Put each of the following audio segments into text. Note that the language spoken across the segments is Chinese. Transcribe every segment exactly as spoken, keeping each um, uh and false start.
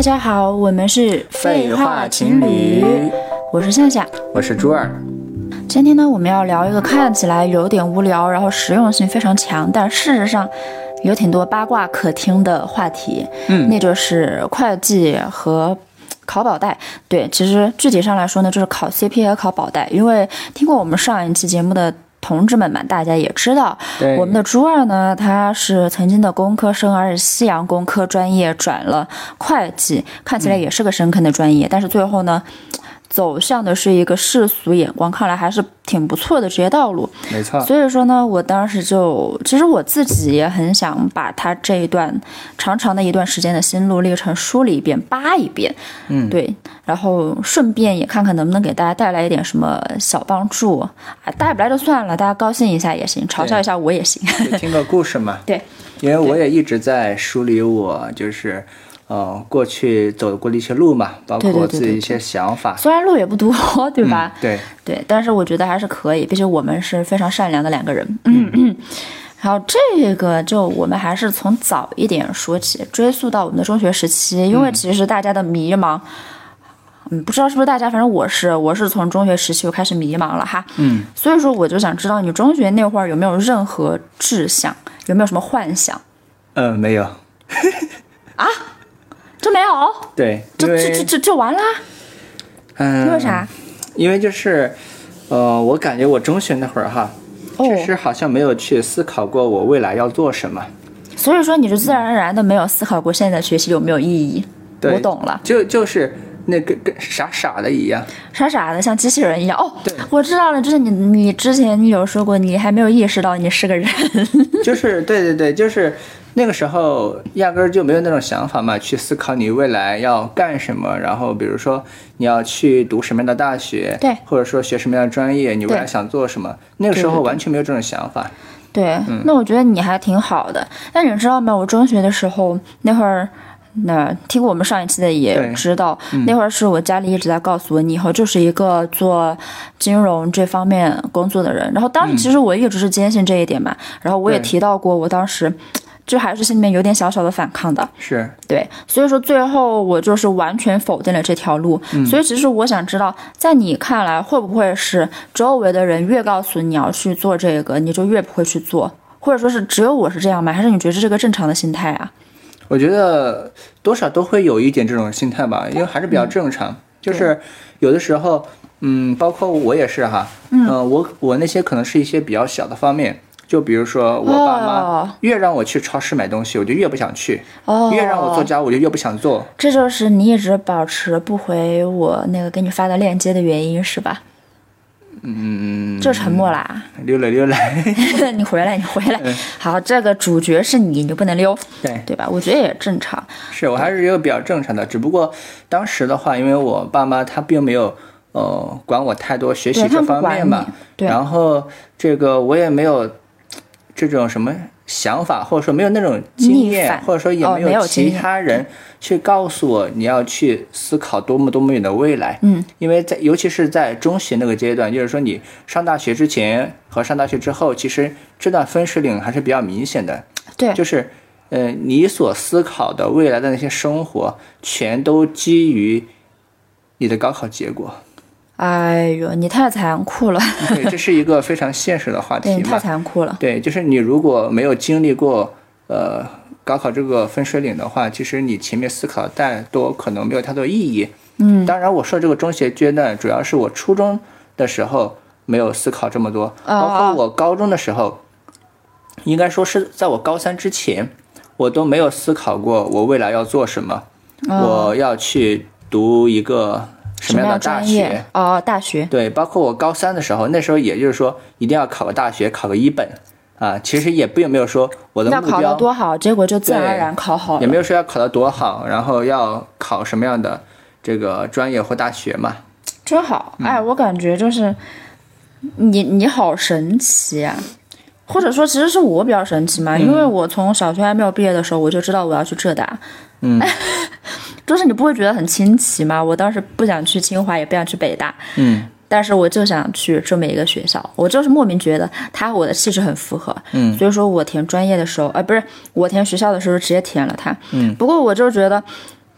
家好，我们是废话情侣， 我是夏夏， 我是朱二。 今天呢，我们要聊一个看起来有点无聊，然后实用性非常强，但事实上有挺多八卦可听的话题， 嗯， 那就是会计和考保代。对，其实具体上来说呢，就是考 C P A 和考保代。因为听过我们上一期节目的同志们嘛，大家也知道，我们的朱二呢，他是曾经的工科生，而且西洋工科专业转了会计，看起来也是个深坑的专业，嗯、但是最后呢，走向的是一个世俗眼光看来还是挺不错的职业道路。 没错。 所以说呢，我当时就，其实我自己也很想把他这一段长长的一段时间的心路历程梳理一遍、扒一遍， 嗯， 对，然后顺便也看看能不能给大家带来一点什么小帮助啊，带不来就算了，大家高兴一下也行，嘲笑一下我也行， 听个故事嘛。 对， 因为我也一直在梳理我就是呃，过去走过的一些路嘛，包括我自己一些想法。 对对对对对，虽然路也不多，对吧？ 嗯、对对，但是我觉得还是可以，毕竟我们是非常善良的两个人。嗯嗯。然后这个就我们还是从早一点说起，追溯到我们的中学时期，因为其实大家的迷茫，嗯，不知道是不是大家，反正我是我是从中学时期就开始迷茫了哈。 嗯。 所以说我就想知道你中学那会儿有没有任何志向，有没有什么幻想？ 嗯、呃，没有。 啊？这没有？ 对， 就就就就就完了？ 嗯， 因为啥？ 因为就是，呃，我感觉我中学那会儿哈，确实好像没有去思考过我未来要做什么。 所以说你就自然而然的没有思考过现在学习有没有意义。 对， 我懂了， 就就是那个跟傻傻的一样， 傻傻的像机器人一样。哦， 对， 我知道了，就是你你之前你有说过，你还没有意识到你是个人。 就是对对对，就是那个时候压根儿就没有那种想法嘛，去思考你未来要干什么，然后比如说你要去读什么样的大学， 对， 或者说学什么样的专业，你未来想做什么，那个时候完全没有这种想法。 对，对嗯、那我觉得你还挺好的。但你知道吗？我中学的时候那会儿。那听过我们上一期的也知道， 嗯、 那会儿是我家里一直在告诉我，你以后就是一个做金融这方面工作的人。然后当时其实我一直是坚信这一点嘛，嗯、然后我也提到过，我当时就还是心里面有点小小的反抗的， 是对，所以说最后我就是完全否定了这条路。 嗯、 所以其实我想知道，在你看来，会不会是周围的人越告诉你要去做这个，你就越不会去做，或者说是只有我是这样吗？还是你觉得这是个正常的心态啊？ 我觉得多少都会有一点这种心态吧，因为还是比较正常。嗯、就是有的时候，嗯，包括我也是哈，嗯、呃，我我那些可能是一些比较小的方面，就比如说我爸妈越让我去超市买东西，我就越不想去；哦、越让我做家务，我就越不想做。 这就是你一直保持不回我那个给你发的链接的原因，是吧？ 嗯， 就沉默啦， 溜了溜了。 你回来，你回来。嗯、好，这个主角是你，你就不能溜， 对对吧？我觉得也正常。 是我还是一个比较正常的，只不过当时的话，因为我爸妈他并没有呃管我太多学习这方面嘛，然后这个我也没有这种什么想法，或者说没有那种经验，或者说也没有其他人去告诉我你要去思考多么多么远的未来。 嗯， 因为在尤其是在中学那个阶段，就是说你上大学之前和上大学之后，其实这段分水岭还是比较明显的。 对， 就是呃你所思考的未来的那些生活，全都基于你的高考结果。 哎呦，你太残酷了！ 对，这是一个非常现实的话题嘛。 对，你太残酷了。 对，就是你如果没有经历过呃高考这个分水岭的话，其实你前面思考太多可能没有太多意义。 嗯， 当然我说这个中学阶段，主要是我初中的时候没有思考这么多，包括我高中的时候，应该说是在我高三之前，我都没有思考过我未来要做什么， 哦、 我要去读一个什么样的大学？ 哦，大学。 对，包括我高三的时候，那时候也就是说一定要考个大学，考个一本啊。其实也并没有说我的目标要考得多好，结果就自然而然考好了。 也没有说要考得多好，然后要考什么样的这个专业或大学嘛。 真好，哎，我感觉就是你你好神奇啊！或者说，其实是我比较神奇嘛，嗯、因为我从小学还没有毕业的时候，我就知道我要去浙大。 嗯。 就是你不会觉得很新奇吗？我当时不想去清华，也不想去北大， 嗯， 但是我就想去这么一个学校，我就是莫名觉得它和我的气质很符合， 嗯， 所以说我填专业的时候，呃，不是我填学校的时候直接填了它， 嗯， 不过我就觉得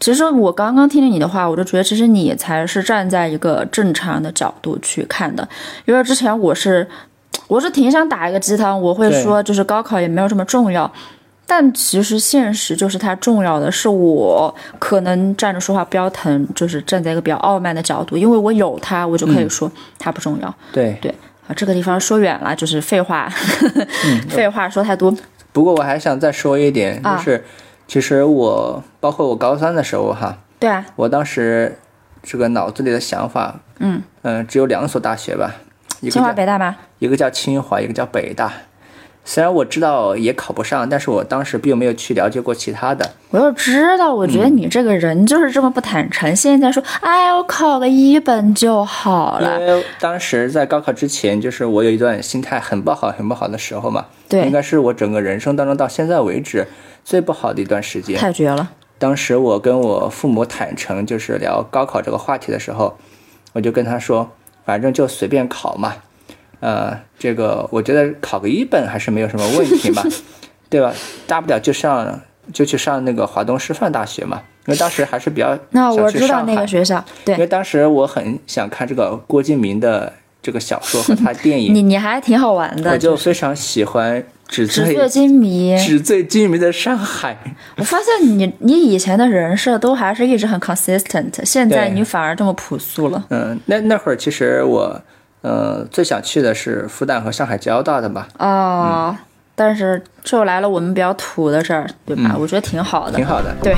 其实我刚刚听了你的话，我就觉得其实你才是站在一个正常的角度去看的，因为之前我是我是挺想打一个鸡汤，我会说就是高考也没有这么重要，但其实现实就是它重要的是我可能站着说话不腰疼，就是站在一个比较傲慢的角度，因为我有它，我就可以说它不重要。 嗯、对对啊，这个地方说远了，就是废话，嗯、废话说太多。 不过我还想再说一点，就是、啊、其实我包括我高三的时候哈， 对啊， 我当时这个脑子里的想法，嗯嗯、呃，只有两所大学吧，一个清华北大吗？ 一个叫清华，一个叫北大。虽然我知道也考不上，但是我当时并没有去了解过其他的。 我就知道，我觉得你这个人就是这么不坦诚。嗯、现在说，哎，我考个一本就好了。 因为当时在高考之前，就是我有一段心态很不好、很不好的时候嘛。 对， 应该是我整个人生当中到现在为止最不好的一段时间。 太绝了！ 当时我跟我父母坦诚，就是聊高考这个话题的时候，我就跟他说，反正就随便考嘛。呃，这个我觉得考个一本还是没有什么问题嘛，对吧？大不了就上就去上那个华东师范大学嘛，因为当时还是比较那我知道那个学校，对， 因为当时我很想看这个郭敬明的这个小说和他电影， 你你还挺好玩的， 我就非常喜欢纸醉纸醉金迷， 纸醉金迷的上海。 我发现你你以前的人设都还是一直很 consistent， 现在你反而这么朴素了。 嗯，那那会儿其实我。呃，最想去的是复旦和上海交大的吧？ 哦、嗯，但是就来了我们比较土的事儿，对吧、嗯？我觉得挺好的， 挺好的。 对。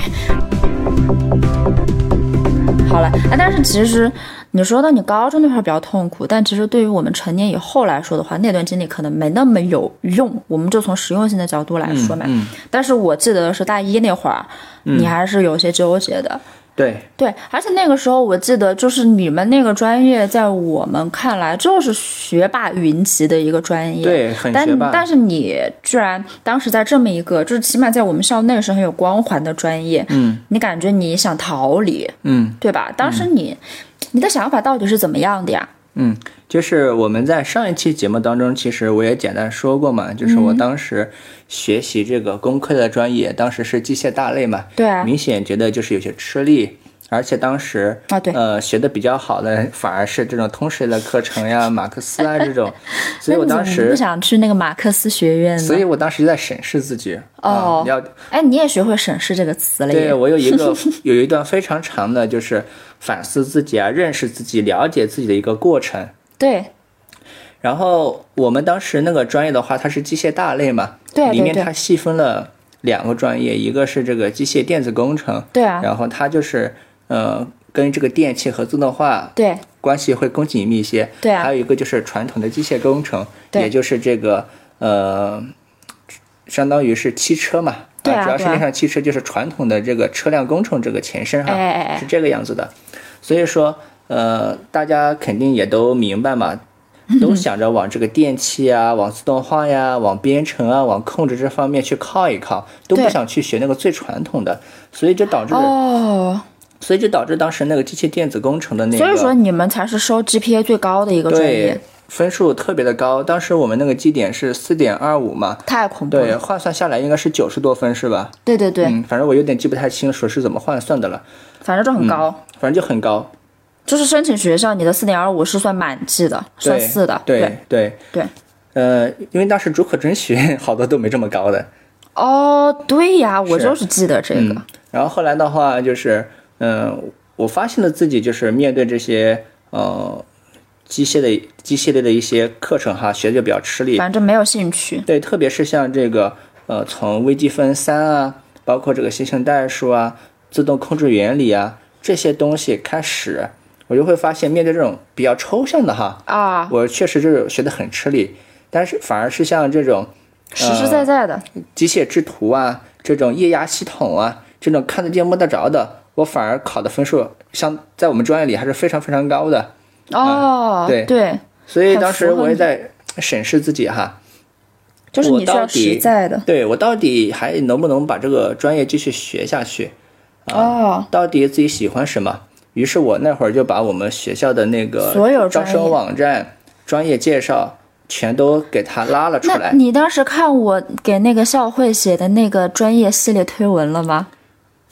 好了，哎，但是其实你说的你高中那会儿比较痛苦，但其实对于我们成年以后来说的话，那段经历可能没那么有用。我们就从实用性的角度来说嘛。 嗯嗯、 但是我记得是大一那会儿， 嗯、 你还是有些纠结的。 对对，而且那个时候我记得，就是你们那个专业，在我们看来就是学霸云集的一个专业， 对，很学霸。 但但是你居然当时在这么一个，就是起码在我们校内是很有光环的专业， 嗯， 你感觉你想逃离， 嗯， 对吧？当时你、嗯、你的想法到底是怎么样的呀？ 嗯，就是我们在上一期节目当中，其实我也简单说过嘛，就是我当时学习这个工科的专业，嗯、当时是机械大类嘛， 对啊， 明显觉得就是有些吃力，而且当时啊，对， 呃，学的比较好的反而是这种通识类的课程呀，马克思啊这种，所以我当时不想去那个马克思学院， 所以我当时就在审视自己。 哦， 啊、要哎，你也学会审视这个词了耶？ 对，我有一个有一段非常长的，就是反思自己啊，认识自己、了解自己的一个过程。 对。 然后我们当时那个专业的话，它是机械大类嘛， 对， 里面它细分了两个专业，一个是这个机械电子工程， 对啊， 然后它就是呃跟这个电气和自动化对关系会更紧密一些， 对啊， 还有一个就是传统的机械工程，也就是这个呃相当于是汽车嘛， 对啊， 主要是面上汽车就是传统的这个车辆工程这个前身哈， 哎哎哎是这个样子的，所以说呃大家肯定也都明白嘛。都想着往这个电气啊，往自动化呀，往编程啊，往控制这方面去靠一靠，都不想去学那个最传统的，所以就导致哦， 所以就导致当时那个机械电子工程的那个， 所以说你们才是收 G P A 最高的一个专业， 对，分数特别的高。当时我们那个基点是 四点二五 嘛， 太恐怖了。 对，换算下来应该是九十多分是吧？ 对对对， 嗯，反正我有点记不太清说是怎么换算的了， 反正就很高， 嗯、反正就很高。 就是申请学校，你的 四点二五 是算满绩的，算四的。 对对对对, 对。 呃，因为当时主可甄学院好多都没这么高的。 哦，对呀，我就是记得这个。 嗯、然后后来的话，就是嗯、呃，我发现了自己就是面对这些呃机械的机械类的一些课程哈，学的就比较吃力， 反正没有兴趣。 对，特别是像这个呃，从微积分三啊，包括这个线性代数啊、自动控制原理啊。这些东西开始，我就会发现，面对这种比较抽象的哈啊， 我确实就是学得很吃力。但是反而是像这种实实在在的、 呃、机械制图啊，这种液压系统啊，这种看得见摸得着的，我反而考的分数，像在我们专业里还是非常非常高的。 哦， 嗯、对对， 所以当时我也在审视自己哈， 就是你需要实在的， 对我到底还能不能把这个专业继续学下去？啊、 哦， 到底自己喜欢什么？于是我那会儿就把我们学校的那个招生网站、专业介绍全都给他拉了出来。 那你当时看我给那个校会写的那个专业系列推文了吗？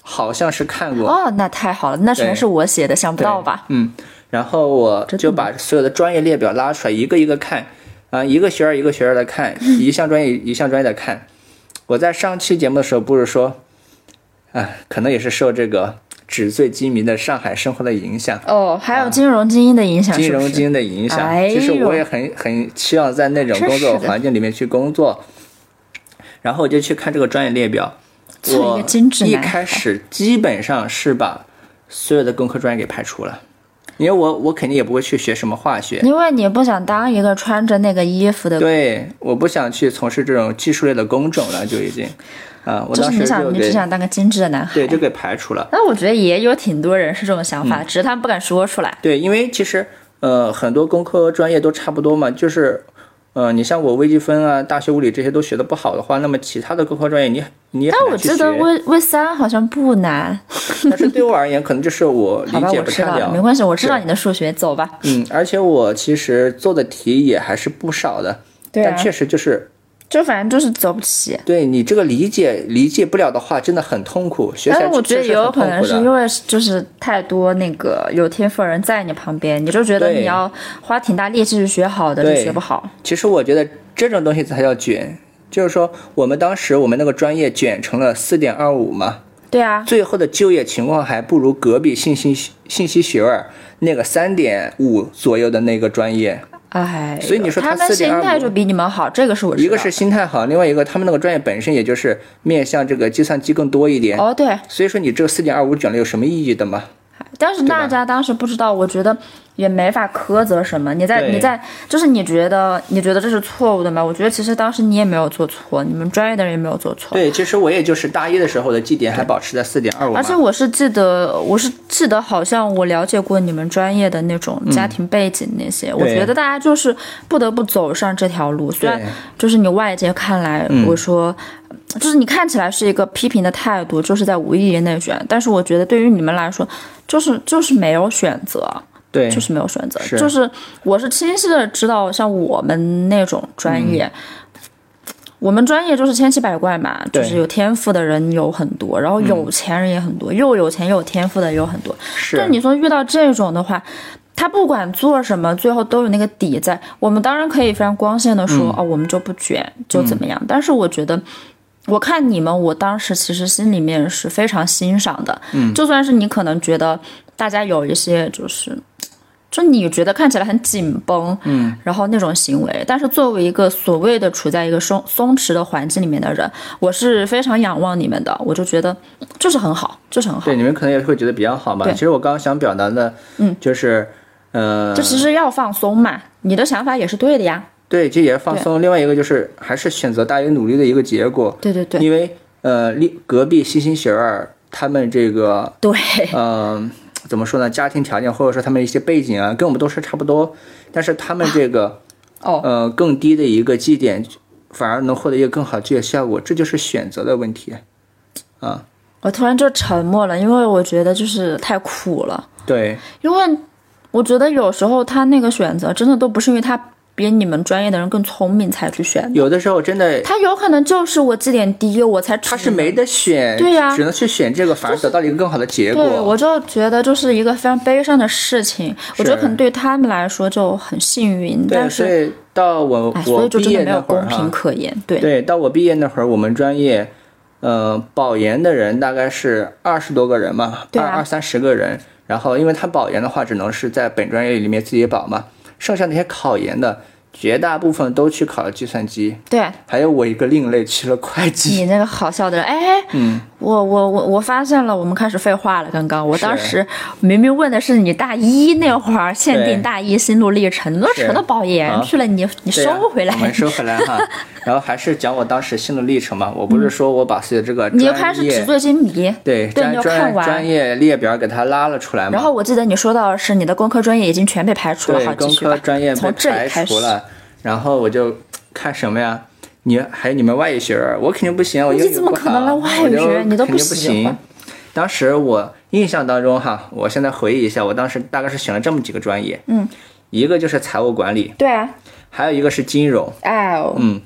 好像是看过。 哦，那太好了，那全是我写的，想不到吧？ 嗯，然后我就把所有的专业列表拉出来，一个一个看，啊，一个学儿一个学儿的看，一项专业一项专业的看。我在上期节目的时候不是说，啊，可能也是受这个纸醉金迷的上海生活的影响。 哦，还有金融精英的影响、啊， 金融精英的影响。 哎、 其实我也很很期望在那种工作环境里面去工作，然后我就去看这个专业列表。我一开始基本上是把所有的工科专业给排除了。因为我我肯定也不会去学什么化学， 因为你不想当一个穿着那个衣服的。 对，我不想去从事这种技术类的工种了，就已经，啊，我当时就就是你想，你只想当个精致的男孩， 对，就给排除了。 那我觉得也有挺多人是这种想法， 嗯、 只是他们不敢说出来。 对，因为其实呃很多工科专业都差不多嘛，就是。呃，你像我微积分啊、大学物理这些都学得不好的话，那么其他的工科专业你你也很难去学。 但我记得微微三好像不难， 但是对我而言，可能就是我理解不太了。 好吧，我知道了，没关系，我知道你的数学，走吧。 嗯，而且我其实做的题也还是不少的， 对啊、 但确实就是。 就反正就是走不起， 对你这个理解理解不了的话，真的很痛苦。学起来但是我觉得也有可能是因为就是太多那个有天赋的人在你旁边，你就觉得你要花挺大力气去学好的，就学不好。 其实我觉得这种东西才叫卷，就是说我们当时我们那个专业卷成了 四点二五 嘛， 对啊， 最后的就业情况还不如隔壁信息信息学院那个 三点五 左右的那个专业。 哎， 所以你说他们心态就比你们好，这个是我知道。 一个是心态好，另外一个他们那个专业本身也就是面向这个计算机更多一点。 哦，对。 所以说你这个 四点二五 卷了有什么意义的吗？ 但是大家当时不知道，我觉得也没法苛责什么。你在你在就是你觉得你觉得这是错误的吗？我觉得其实当时你也没有做错，你们专业的人也没有做错。 对，其实我也就是大一的时候的绩点还保持在 四点二五。 而且我是记得，我是记得好像我了解过你们专业的那种家庭背景那些， 嗯、 我觉得大家就是不得不走上这条路。虽然就是你外界看来，我说。就是你看起来是一个批评的态度，就是在无意义内卷，但是我觉得对于你们来说，就是就是没有选择， 对， 就是没有选择， 是就是我是清晰的知道，像我们那种专业，嗯、我们专业就是千奇百怪嘛，就是有天赋的人有很多，然后有钱人也很多，嗯、又有钱又有天赋的也有很多。 是， 但你说遇到这种的话。他不管做什么，最后都有那个底在。我们当然可以非常光鲜的说，嗯、哦，我们就不卷，就怎么样。嗯、但是我觉得，我看你们，我当时其实心里面是非常欣赏的。嗯，就算是你可能觉得大家有一些就是，就你觉得看起来很紧绷，嗯，然后那种行为，但是作为一个所谓的处在一个松松弛的环境里面的人，我是非常仰望你们的。我就觉得就是很好，就是很好。 对，你们可能也会觉得比较好嘛。其实我刚刚想表达的，嗯，就是。呃， 这其实要放松嘛，你的想法也是对的呀。 对，这也是放松。另外一个就是还是选择大于努力的一个结果。 对对对。 因为呃，隔壁西星学院他们这个对， 嗯、呃，怎么说呢？家庭条件或者说他们一些背景啊，跟我们都是差不多，但是他们这个、 啊、哦呃更低的一个绩点，反而能获得一个更好的就业效果，这就是选择的问题啊。 我突然就沉默了，因为我觉得就是太苦了。 对， 因为。我觉得有时候他那个选择真的都不是因为他比你们专业的人更聪明才去选的， 有的时候真的他有可能就是我绩点低，我才他是没得选， 对呀、啊， 只能去选这个，反而得到了一个更好的结果。 对，我就觉得就是一个非常悲伤的事情。我觉得可能对他们来说就很幸运，但是所以到我我毕业那会儿， 公平可言。对对，到我毕业那会儿，我们专业呃保研的人大概是二十多个人嘛， 二二三十个人。然后，因为他保研的话，只能是在本专业里面自己保嘛，剩下那些考研的，绝大部分都去考了计算机。 对， 还有我一个另类去了会计。 你那个好笑的人，哎，嗯，我我我我发现了，我们开始废话了。刚刚我当时明明问的是你大一那会儿限定大一心路历程，你都扯到保研去了，你你收回来。 我们收回来哈。然后还是讲我当时心路历程嘛，我不是说我把自己的这个专业、 嗯、你开始纸醉金迷， 对对，你就看完专业列表给它拉了出来嘛。 然后我记得你说到的是你的工科专业已经全被排除了， 对， 好， 工科专业被排除了。然后我就看什么呀？你还有你们外语学院，我肯定不行，我英语不好， 你怎么可能来外语学院？你都不行。当时我印象当中哈，我现在回忆一下，我当时大概是选了这么几个专业， 嗯， 一个就是财务管理， 对啊， 还有一个是金融， 哦， 嗯。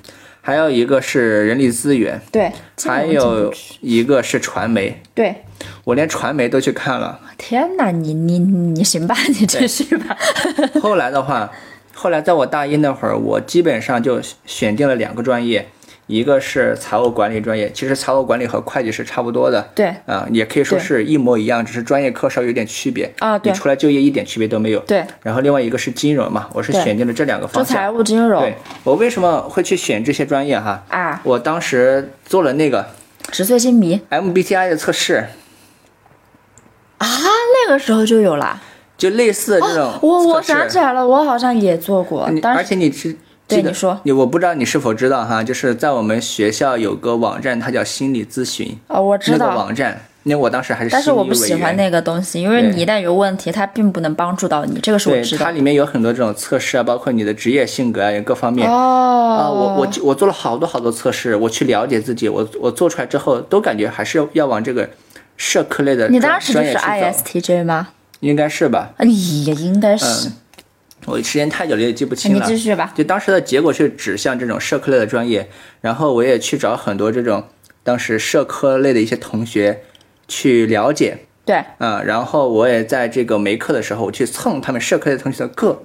还有一个是人力资源， 对， 还有一个是传媒， 对， 我连传媒都去看了。 天哪，你你你行吧，你继续吧。 后来的话，后来在我大一那会儿，我基本上就选定了两个专业。一个是财务管理专业，其实财务管理和会计是差不多的， 对， 啊、呃，也可以说是一模一样，只是专业课稍有点区别啊，对， 你出来就业一点区别都没有， 对。 然后另外一个是金融嘛，我是选定了这两个方向， 财务金融。 对，我为什么会去选这些专业哈？ 啊， 我当时做了那个纸醉金迷 M B T I 的测试啊，那个时候就有了， 就类似这种、 哦、我我想起来了，我好像也做过， 而且你是。 对你说， 你我不知道你是否知道哈，就是在我们学校有个网站，它叫心理咨询。 哦，我知道那个网站，因为我当时还是但是我不喜欢那个东西，因为你一旦有问题，它并不能帮助到你，这个是我知道。 对，它里面有很多这种测试啊，包括你的职业性格啊，有各方面。 哦。 啊，我我我做了好多好多测试，我去了解自己，我我做出来之后都感觉还是要往这个社科类的专业去走。 你当时就是 I S T J 吗？ 应该是吧。 也应该是。 嗯，我时间太久了也记不清了， 你继续吧。 就当时的结果是指向这种社科类的专业，然后我也去找很多这种当时社科类的一些同学去了解。 对。 啊、嗯，然后我也在这个没课的时候，我去蹭他们社科类的同学的课。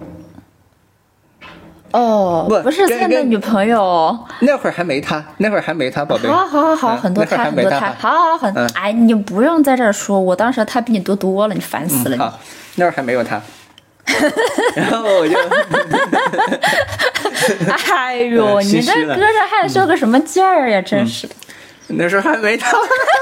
哦，不, 不是现在女朋友， 那会儿还没他，那会儿还没他，宝贝。 好好好好， 嗯、 很多他，很多他，好好很、嗯，哎，你不用在这儿说，我当时他比你多多了，你烦死了。 嗯、好，那会儿还没有他。然后我就哎呦，你这搁着害羞个什么劲儿呀？真是的、 嗯，那时候还没到。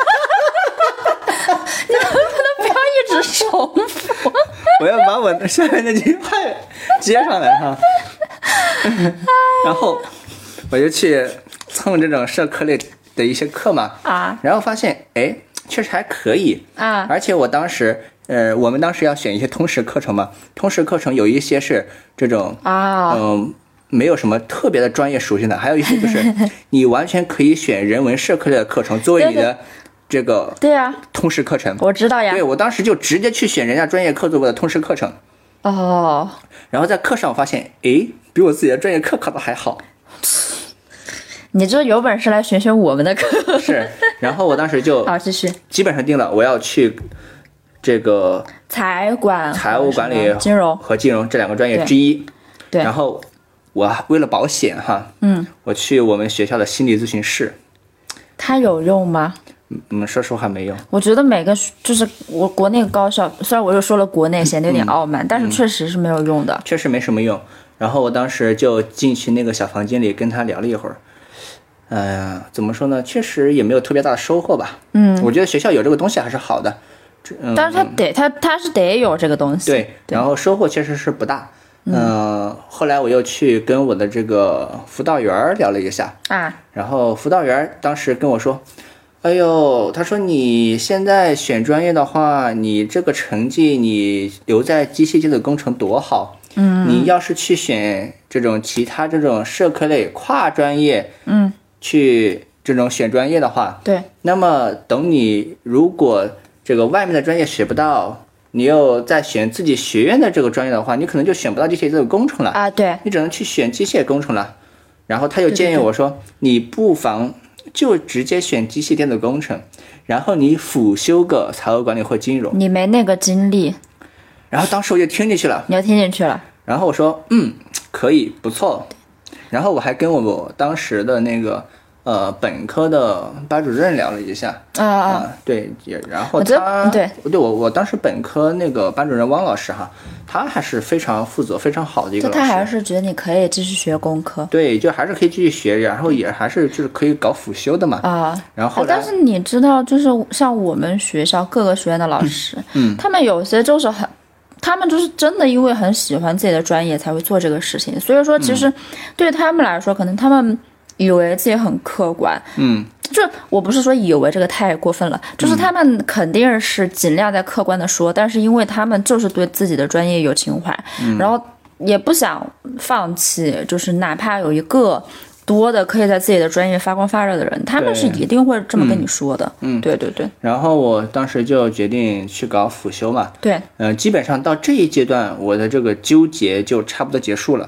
你能不能不要一直重复？ 我要把我下面那句话接上来哈。然后我就去蹭这种社科类的一些课嘛， 啊， 然后发现哎，确实还可以啊， 而且我当时。呃，我们当时要选一些通识课程嘛，通识课程有一些是这种啊， 嗯、呃，没有什么特别的专业属性的，还有一些就是你完全可以选人文社科类的课程作为你的这个对呀通识课程。 我知道呀， 对，我当时就直接去选人家专业课作为的通识课程。 哦， 然后在课上我发现，哎，比我自己的专业课考的还好。 你这有本事来选选我们的课。 是，然后我当时就好继续， 基本上定了我要去。这个财管、 财务管理、 金融和金融这两个专业之一。 对。 然后我为了保险哈， 嗯， 我去我们学校的心理咨询室。 它有用吗？ 嗯，说实话没用。 我觉得每个就是我国内高校，虽然我又说了国内，显得有点傲慢，嗯、但是确实是没有用的、嗯。 确实没什么用。然后我当时就进去那个小房间里跟他聊了一会儿。嗯、呃，怎么说呢？确实也没有特别大的收获吧。 嗯， 我觉得学校有这个东西还是好的。嗯、 但是他得他他是得有这个东西， 对，对然后收获确实是不大。嗯、呃，后来我又去跟我的这个辅导员聊了一下啊， 然后辅导员当时跟我说，哎呦，他说你现在选专业的话，你这个成绩你留在机械机子工程多好， 嗯， 你要是去选这种其他这种社科类跨专业， 嗯， 去这种选专业的话， 对， 那么等你如果这个外面的专业学不到，你又再选自己学院的这个专业的话，你可能就选不到机械这个工程了啊。对， 你只能去选机械工程了。然后他又建议我说，对对对你不妨就直接选机械电子工程，然后你辅修个财务管理或金融。 你没那个精力。 然后当时我就听进去了。 你要听进去了。 然后我说，嗯，可以，不错。然后我还跟我当时的那个。呃，本科的班主任聊了一下， 啊啊、 呃，对，也然后他对对我我当时本科那个班主任汪老师哈，他还是非常负责、非常好的一个老师。 他还是觉得你可以继续学工科， 对，就还是可以继续学，然后也还是就是可以搞辅修的嘛。 啊， 然后后来、 啊、但是你知道，就是像我们学校各个学院的老师， 嗯， 他们有些就是很。他们就是真的因为很喜欢自己的专业才会做这个事情，所以说其实对他们来说，嗯、可能他们。以为自己很客观， 嗯， 就我不是说以为这个太过分了，就是他们肯定是尽量在客观的说，嗯、但是因为他们就是对自己的专业有情怀， 嗯、 然后也不想放弃，就是哪怕有一个多的可以在自己的专业发光发热的人，他们是一定会这么跟你说的， 嗯， 对对对。 然后我当时就决定去搞辅修嘛， 对， 嗯、呃，基本上到这一阶段，我的这个纠结就差不多结束了。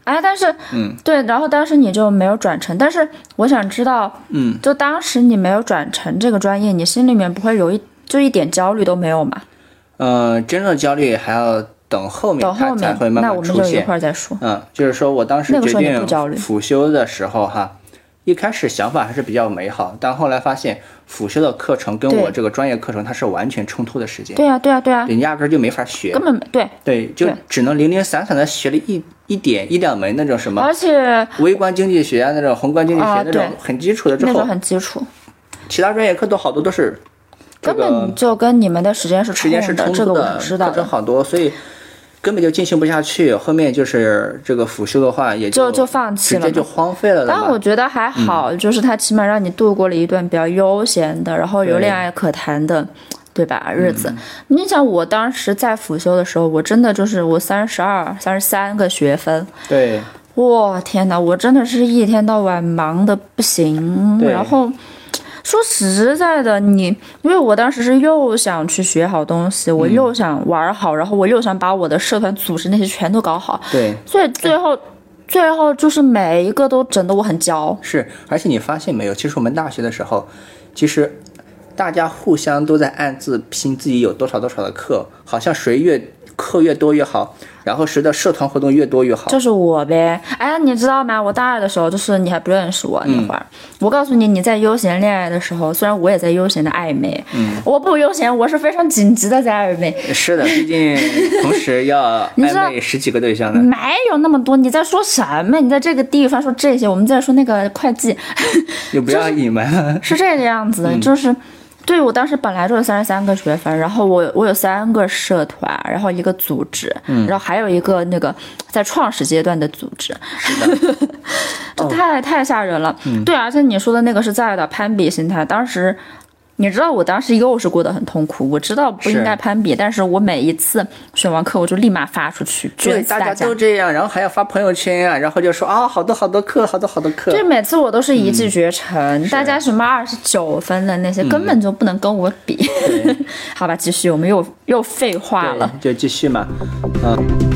哎，但是， 嗯， 对，然后当时你就没有转成，但是我想知道， 嗯， 就当时你没有转成这个专业，你心里面不会有一就一点焦虑都没有吗？ 嗯、呃，真正的焦虑还要等后面它才会慢慢出现。 那我们就一会儿再说。 嗯，就是说我当时决定辅修的时候哈，一开始想法还是比较美好，但后来发现辅修的课程跟我这个专业课程它是完全冲突的时间。 对呀、啊，对呀、啊，对呀、啊， 你压根就没法学， 根本对对，就只能零零散散的学了一一点一两门那种什么， 而且微观经济学啊，那种宏观经济学、啊、那种很基础的之后， 那种很基础， 其他专业课都好多都是、这个、 根本就跟你们的时间是时间是冲突的， 这个、 课程好多，所以。根本就进行不下去，后面就是这个辅修的话，也就就放弃了， 直接就荒废了。 但我觉得还好、嗯，就是它起码让你度过了一段比较悠闲的，然后有恋爱可谈的， 对, 对吧？日子、嗯。你想，我当时在辅修的时候，我真的就是我三十二、三十三个学分， 对， 哇天哪，我真的是一天到晚忙的不行，然后。说实在的，你因为我当时是又想去学好东西，我又想玩好，嗯、然后我又想把我的社团组织那些全都搞好， 对， 所以最后、嗯、最后就是每一个都整得我很焦。 是，而且你发现没有，其实我们大学的时候，其实大家互相都在暗自拼自己有多少多少的课，好像谁越课越多越好，然后谁的社团活动越多越好。 就是我呗。哎，你知道吗？我大二的时候，就是你还不认识我那会儿、嗯，我告诉你，你在悠闲恋爱的时候，虽然我也在悠闲的暧昧，嗯，我不悠闲，我是非常紧急的在暧昧。 是的，毕竟同时要暧昧十几个对象的， 没有那么多。你在说什么？你在这个地方说这些，我们在说那个会计， 你不要隐瞒、 就是。是这个样子的，嗯、就是。对，我当时本来就是三十三个学分，然后我我有三个社团，然后一个组织，嗯、然后还有一个那个在创始阶段的组织， 是的这太、哦、太吓人了、嗯。对，而且你说的那个是再有点攀比心态，当时。你知道我当时又是过得很痛苦，我知道不应该攀比，但是我每一次选完课我就立马发出去， 对，大家都这样，然后还要发朋友圈啊，然后就说啊、哦，好多好多课，好多好多课。 对，每次我都是一骑绝尘、嗯，大家什么二十九分的那些、嗯、根本就不能跟我比。好吧，继续，我们又又废话了， 就继续嘛，嗯，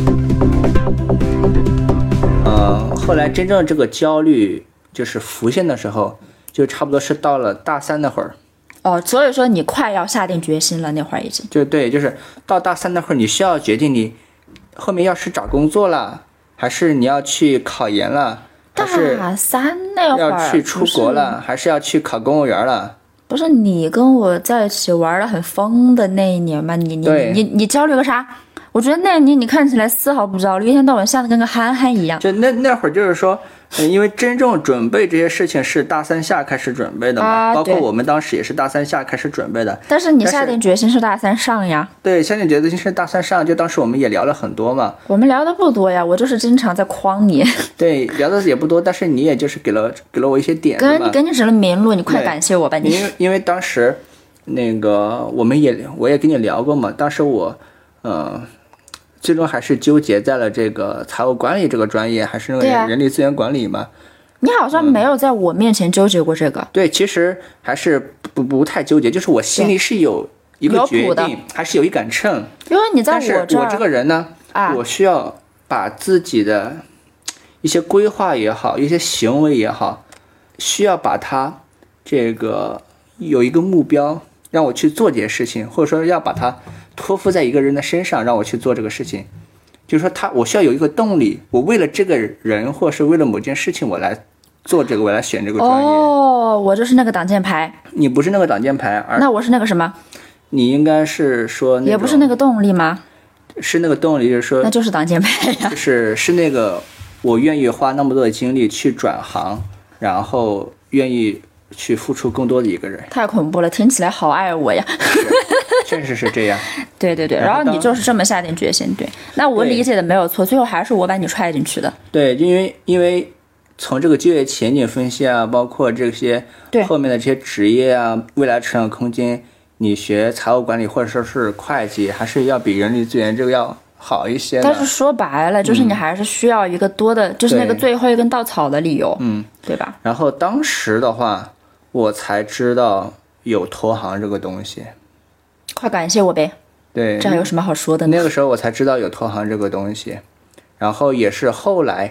呃，后来真正这个焦虑就是浮现的时候，就差不多是到了大三那会儿。 哦，所以说你快要下定决心了，那会儿已经就对，就是到大三那会儿，你需要决定你后面要是找工作了，还是你要去考研了，还是大三那会儿要去出国了，还是要去考公务员了？ 不是你跟我在一起玩的很疯的那一年吗？你你你你焦虑个啥？我觉得那年你看起来丝毫不焦虑，一天到晚像的跟个憨憨一样。 就那那会儿就是说。嗯，因为真正准备这些事情是大三下开始准备的嘛、啊，包括我们当时也是大三下开始准备的。 但是你下定决心是大三上呀？ 对，下定决心是大三上，就当时我们也聊了很多嘛。 我们聊的不多呀，我就是经常在诓你。 对，聊的也不多，但是你也就是给了给了我一些点子嘛。 给给你指了明路，你快感谢我吧你。 因为因为当时那个我们也我也跟你聊过嘛，当时我呃。最终还是纠结在了这个财务管理这个专业，还是那个人力资源管理嘛、啊？ 你好像没有在我面前纠结过这个。 嗯、对，其实还是不不太纠结，就是我心里是有一个决定，还是有一杆秤。 因为你在我这儿， 但是我这个人呢，啊、我需要把自己的一些规划也好，一些行为也好，需要把它这个有一个目标，让我去做这些事情，或者说要把它。托付在一个人的身上，让我去做这个事情，就是说他，我需要有一个动力，我为了这个人，或是为了某件事情，我来做这个，我来选这个专业。 哦，我就是那个挡箭牌。 你不是那个挡箭牌，而那我是那个什么？ 你应该是说那也不是那个动力吗？ 是那个动力，就是说那就是挡箭牌呀。 就是是那个我愿意花那么多的精力去转行，然后愿意去付出更多的一个人。 太恐怖了，听起来好爱我呀。 确实是这样。 对对对，然后你就是这么下定决心。对，那我理解的没有错，最后还是我把你踹进去的。 对，因为因为从这个就业前景分析啊，包括这些后面的这些职业啊，未来成长空间，你学财务管理或者说是会计，还是要比人力资源这个要好一些的。 但是说白了，就是你还是需要一个多的，嗯、就是那个最后一根稻草的理由， 嗯， 对吧？ 然后当时的话，我才知道有投行这个东西。 快感谢我呗！ 对， 这还有什么好说的呢？ 那个时候我才知道有投行这个东西，然后也是后来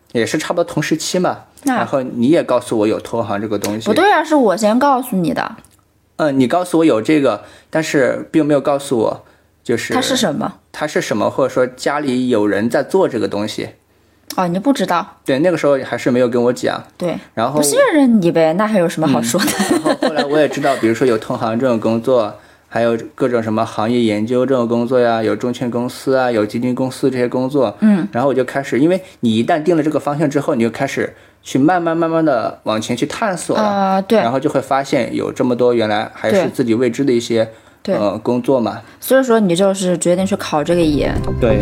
也是差不多同时期嘛，然后你也告诉我有投行这个东西。 不对啊，是我先告诉你的。 嗯，你告诉我有这个，但是并没有告诉我就是它是什么， 它是什么，或者说家里有人在做这个东西。 哦，你不知道？ 对，那个时候还是没有跟我讲。 对， 然后不信任你呗，那还有什么好说的？ 嗯、然后后来我也知道，比如说有投行这种工作，还有各种什么行业研究这种工作呀，有证券公司啊，有基金公司这些工作。 嗯， 然后我就开始，因为你一旦定了这个方向之后，你就开始去慢慢慢慢的往前去探索了。 啊、呃，对。 然后就会发现有这么多原来还是自己未知的一些呃工作嘛。 所以说你就是决定去考这个研。 对。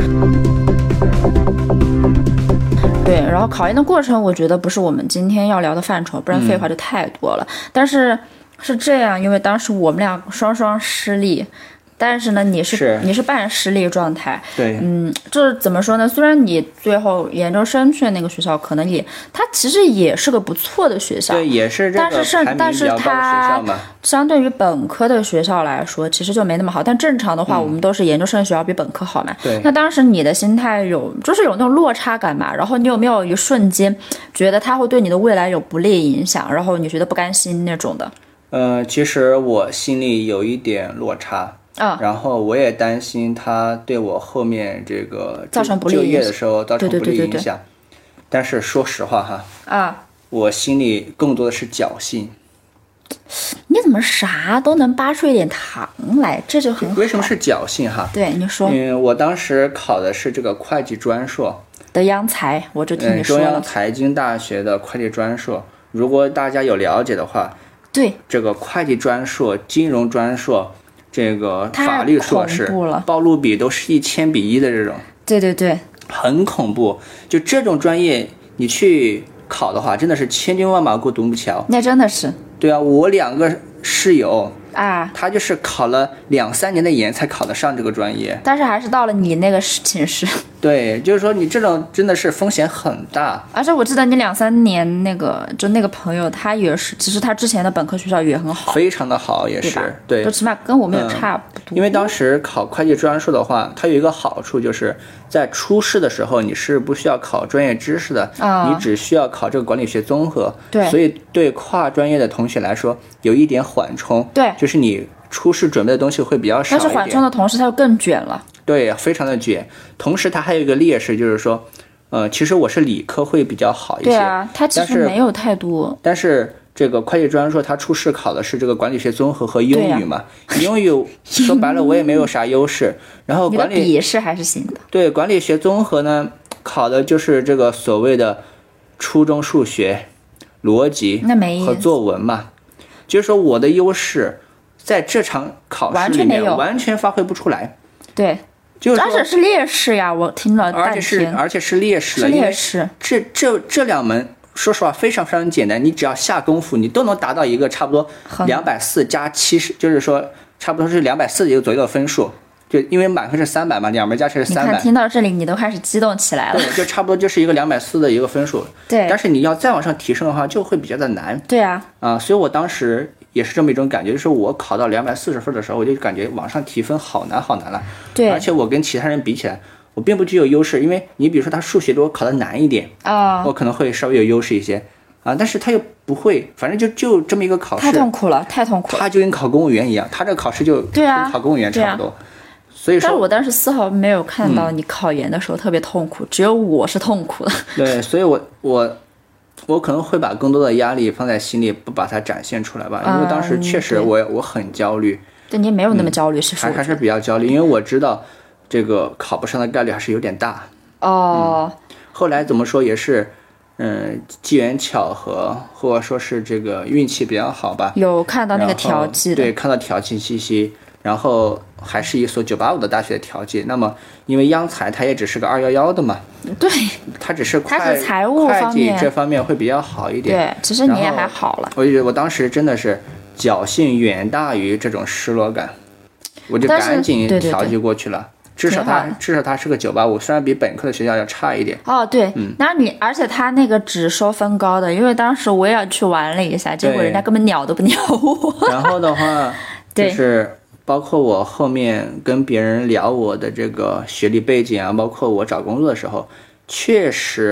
对，然后考研的过程，我觉得不是我们今天要聊的范畴，不然废话就太多了。嗯、但是是这样，因为当时我们俩双双失利，但是呢，你是, 是你是半失利状态。 对， 嗯，就是怎么说呢？虽然你最后研究生去的那个学校，可能也它其实也是个不错的学校， 对，也是这个排名比较高的学校嘛。 相对于本科的学校来说，其实就没那么好。但正常的话，嗯、我们都是研究生学校比本科好嘛。 对。 那当时你的心态有，就是有那种落差感嘛？然后你有没有一瞬间觉得它会对你的未来有不利影响，然后你觉得不甘心那种的？ 呃，其实我心里有一点落差。 啊， 然后我也担心他对我后面这个造成不利就业的时候造成不利影响。 对对对对对， 但是说实话哈， 啊， 我心里更多的是侥幸。 你怎么啥都能扒出一点糖来？这就很好。 为什么是侥幸哈？ 对，你说。 嗯，我当时考的是这个会计专硕的央财，我就听你说了。中央财经大学的会计专硕，如果大家有了解的话， 对， 这个会计专硕、金融专硕。这个法律硕士报录比都是一千比一的这种， 对对对， 很恐怖。就这种专业，你去考的话，真的是千军万马过独木桥。 那真的是。 对啊，我两个室友啊， 他就是考了两三年的研才考得上这个专业， 但是还是到了你那个寝室。 对，就是说你这种真的是风险很大。 而且我记得你两三年那个，就那个朋友，他也是，其实他之前的本科学校也很好， 非常的好，也是对， 就起码跟我们也差不多。 嗯、因为当时考会计专硕的话，它有一个好处，就是在初试的时候你是不需要考专业知识的， 啊、 你只需要考这个管理学综合。 对， 所以对跨专业的同学来说有一点缓冲。 对， 就是你初试准备的东西会比较少一点。 但是缓冲的同时，它就更卷了。 对，非常的卷。同时它还有一个劣势，就是说呃，其实我是理科会比较好一些。 对啊，它其实没有太多。 但是这个会计专硕它初试考的是这个管理学综合和英语嘛，啊、英语说白了我也没有啥优势。然后管理笔试还是行的。 对，管理学综合呢考的就是这个所谓的初中数学、逻辑和作文嘛。就是说我的优势在这场考试里面完全发挥不出来。 对。 就是而且是劣势呀，我听了半天。 而且是而且是劣势了， 是劣势。 这这这两门，说实话非常非常简单，你只要下功夫，你都能达到一个差不多两百四加七十，就是说差不多是两百四一个左右的分数。就因为满分是三百嘛，两门加起来是三百。 你看，听到这里你都开始激动起来了。 对，就差不多就是一个两百四的一个分数。 对。 但是你要再往上提升的话，就会比较的难。 对啊。 啊，所以我当时也是这么一种感觉，就是我考到两百四十分的时候，我就感觉往上提分好难好难了。 对。 而且我跟其他人比起来，我并不具有优势，因为你比如说他数学如果考得难一点啊， 我可能会稍微有优势一些啊，但是他又不会，反正就就这么一个考试， 太痛苦了，太痛苦了。 他就跟考公务员一样，他这个考试就对啊， 跟考公务员差不多。所以说， 但是我当时丝毫没有看到你考研的时候特别痛苦，嗯、只有我是痛苦的。 对，所以我我我可能会把更多的压力放在心里，不把它展现出来吧，因为当时确实我、嗯、我很焦虑。 对，你没有那么焦虑，是、嗯、 还还是比较焦虑，因为我知道这个考不上的概率还是有点大。 哦。 嗯、后来怎么说也是，嗯，机缘巧合，或者说是这个运气比较好吧。 有看到那个调剂的。 对，看到调剂信息。然后还是一所九八五的大学的调剂，那么因为央财它也只是个二幺幺的嘛， 对， 它只是会它是财务会计这方面会比较好一点。 对，其实你也还好了。 我就觉得我当时真的是侥幸远大于这种失落感，我就赶紧调剂过去了。 对对对， 至少它至少它是个九八五，虽然比本科的学校要差一点。 哦，对， 嗯， 那你而且他那个只收分高的，因为当时我也去玩了一下，结果人家根本鸟都不鸟我。 然后的话，就是包括我后面跟别人聊我的这个学历背景啊，包括我找工作的时候，确实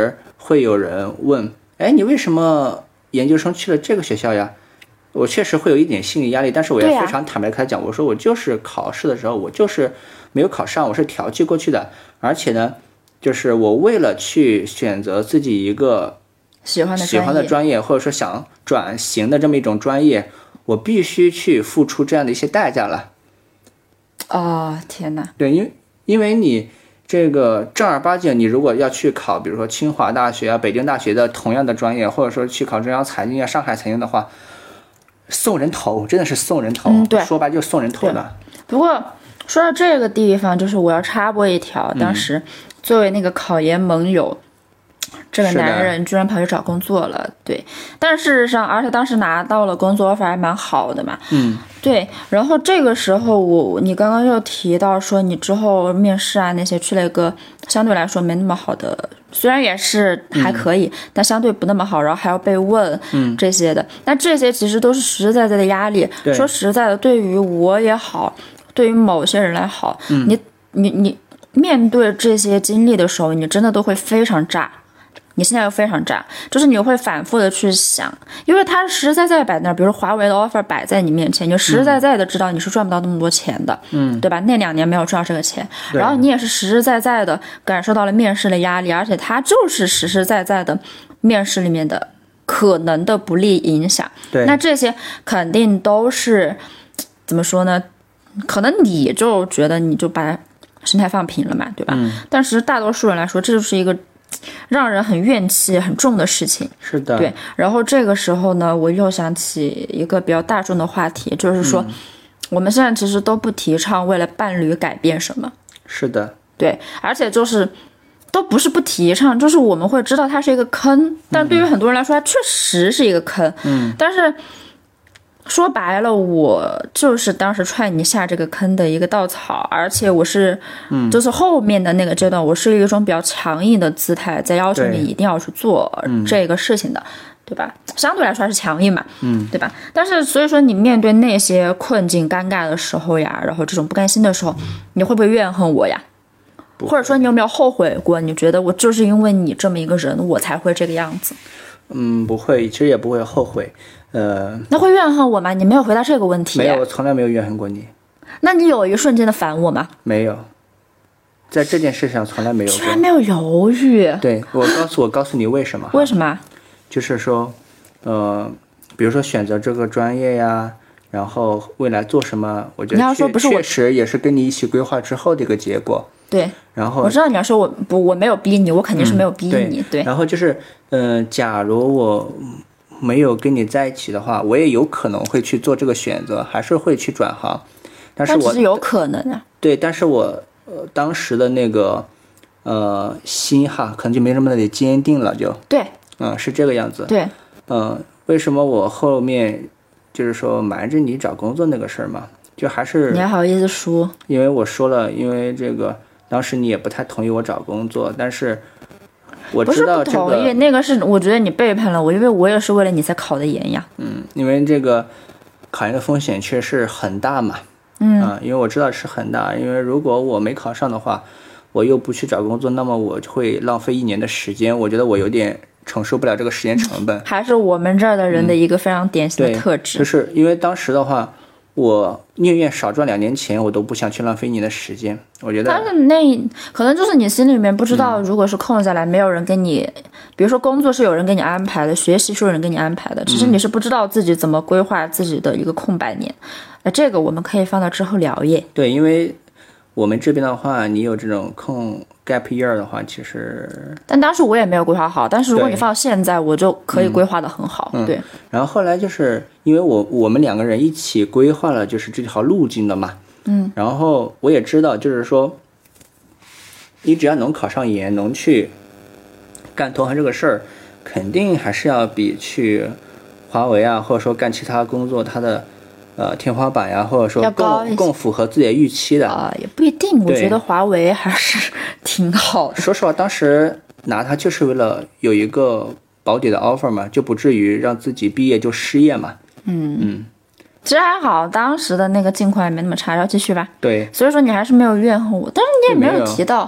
会有人问，哎，你为什么研究生去了这个学校呀？我确实会有一点心理压力，但是我也非常坦白跟他讲，我说我就是考试的时候我就是没有考上，我是调剂过去的，而且呢就是我为了去选择自己一个喜欢的喜欢的专业，或者说想转型的这么一种专业，我必须去付出这样的一些代价了。 哦，天哪！ 对，因为因为你这个正儿八经，你如果要去考，比如说清华大学啊、北京大学的同样的专业，或者说去考中央财经啊、上海财经的话，送人头，真的是送人头。 嗯，对， 说白就是送人头的。 不过说到这个地方，就是我要插播一条，当时作为那个考研盟友。嗯，这个男人居然跑去找工作了，对，但事实上，而且当时拿到了工作 offer 还蛮好的嘛， 嗯， 对。然后这个时候我，你刚刚又提到说你之后面试啊那些去了一个相对来说没那么好的，虽然也是还可以，嗯、但相对不那么好，然后还要被问， 嗯， 这些的，那这些其实都是实实在在的压力。说实在的，对于我也好，对于某些人来好， 嗯、 你你你面对这些经历的时候，你真的都会非常炸。你现在又非常炸，就是你会反复的去想，因为它实实在在摆那儿，比如华为的 offer 摆在你面前，你就实实在在的知道你是赚不到那么多钱的， 嗯， 对吧？那两年没有赚到这个钱，然后你也是实实在在的感受到了面试的压力，而且它就是实实在在的面试里面的可能的不利影响。 对， 那这些肯定都是怎么说呢？可能你就觉得你就把心态放平了嘛，对吧？ 嗯， 但是大多数人来说，这就是一个让人很怨气很重的事情。 是的， 对。然后这个时候呢，我又想起一个比较大众的话题，就是说、嗯、我们现在其实都不提倡为了伴侣改变什么。 是的， 对，而且就是都不是不提倡，就是我们会知道它是一个坑，但对于很多人来说它确实是一个坑。 嗯， 但是说白了，我就是当时踹你下这个坑的一个稻草，而且我是， 嗯， 就是后面的那个阶段，我是一种比较强硬的姿态，在要求你一定要去做这个事情的，对吧？相对来说还是强硬嘛， 嗯， 对吧？但是所以说，你面对那些困境、尴尬的时候呀，然后这种不甘心的时候，你会不会怨恨我呀？或者说，你有没有后悔过？你觉得我就是因为你这么一个人，我才会这个样子？ 嗯，不会，其实也不会后悔。呃， 那会怨恨我吗？你没有回答这个问题。 没有，我从来没有怨恨过你。 那你有一瞬间的烦我吗？ 没有，在这件事上从来没有过。 居然没有犹豫。 对，我告诉我告诉你为什么？ 为什么？ 就是说，呃，比如说选择这个专业呀，然后未来做什么，我觉得确确实也是跟你一起规划之后的一个结果。 对， 然后我知道你要说我不，我没有逼你，我肯定是没有逼你。 嗯、 对, 对， 然后就是，嗯、呃，假如我没有跟你在一起的话，我也有可能会去做这个选择，还是会去转行。但是我只是有可能啊。 对，但是我呃当时的那个呃心哈，可能就没这么的坚定了，就对， 嗯，是这个样子。 对， 嗯、呃，为什么我后面就是说瞒着你找工作那个事儿嘛，就还是你还好意思说？ 因为我说了，因为这个。当时你也不太同意我找工作，但是我知道这个不是不同意，那个是我觉得你背叛了我，因为我也是为了你才考的研呀。 嗯，因为这个考研的风险确实很大嘛。 嗯、 啊，因为我知道是很大，因为如果我没考上的话，我又不去找工作，那么我就会浪费一年的时间，我觉得我有点承受不了这个时间成本。 还是我们这儿的人的一个非常典型的特质。 嗯、就是因为当时的话。我宁愿少赚两年钱，我都不想去浪费你的时间。我觉得， 但是那可能就是你心里面不知道，如果是空下来，没有人给你，比如说工作是有人给你安排的，学习是有人给你安排的，其实你是不知道自己怎么规划自己的一个空白年。呃，这个我们可以放到之后聊耶。 对，因为我们这边的话，你有这种空 gap year 的话，其实， 但当时我也没有规划好。但是如果你放现在，我就可以规划得很好。 嗯、 对。 然后后来就是因为我我们两个人一起规划了就是这条路径的嘛。 嗯。 然后我也知道，就是说，你只要能考上研，能去干投行这个事儿，肯定还是要比去华为啊，或者说干其他工作，它的。呃，天花板呀，或者说更更符合自己的预期的啊、呃，也不一定。我觉得华为还是挺好的。 说实话，当时拿它就是为了有一个保底的 offer 嘛，就不至于让自己毕业就失业嘛。 嗯嗯， 其实还好，当时的那个境况也没那么差。要继续吧。 对， 所以说你还是没有怨恨我，但是你也没有提到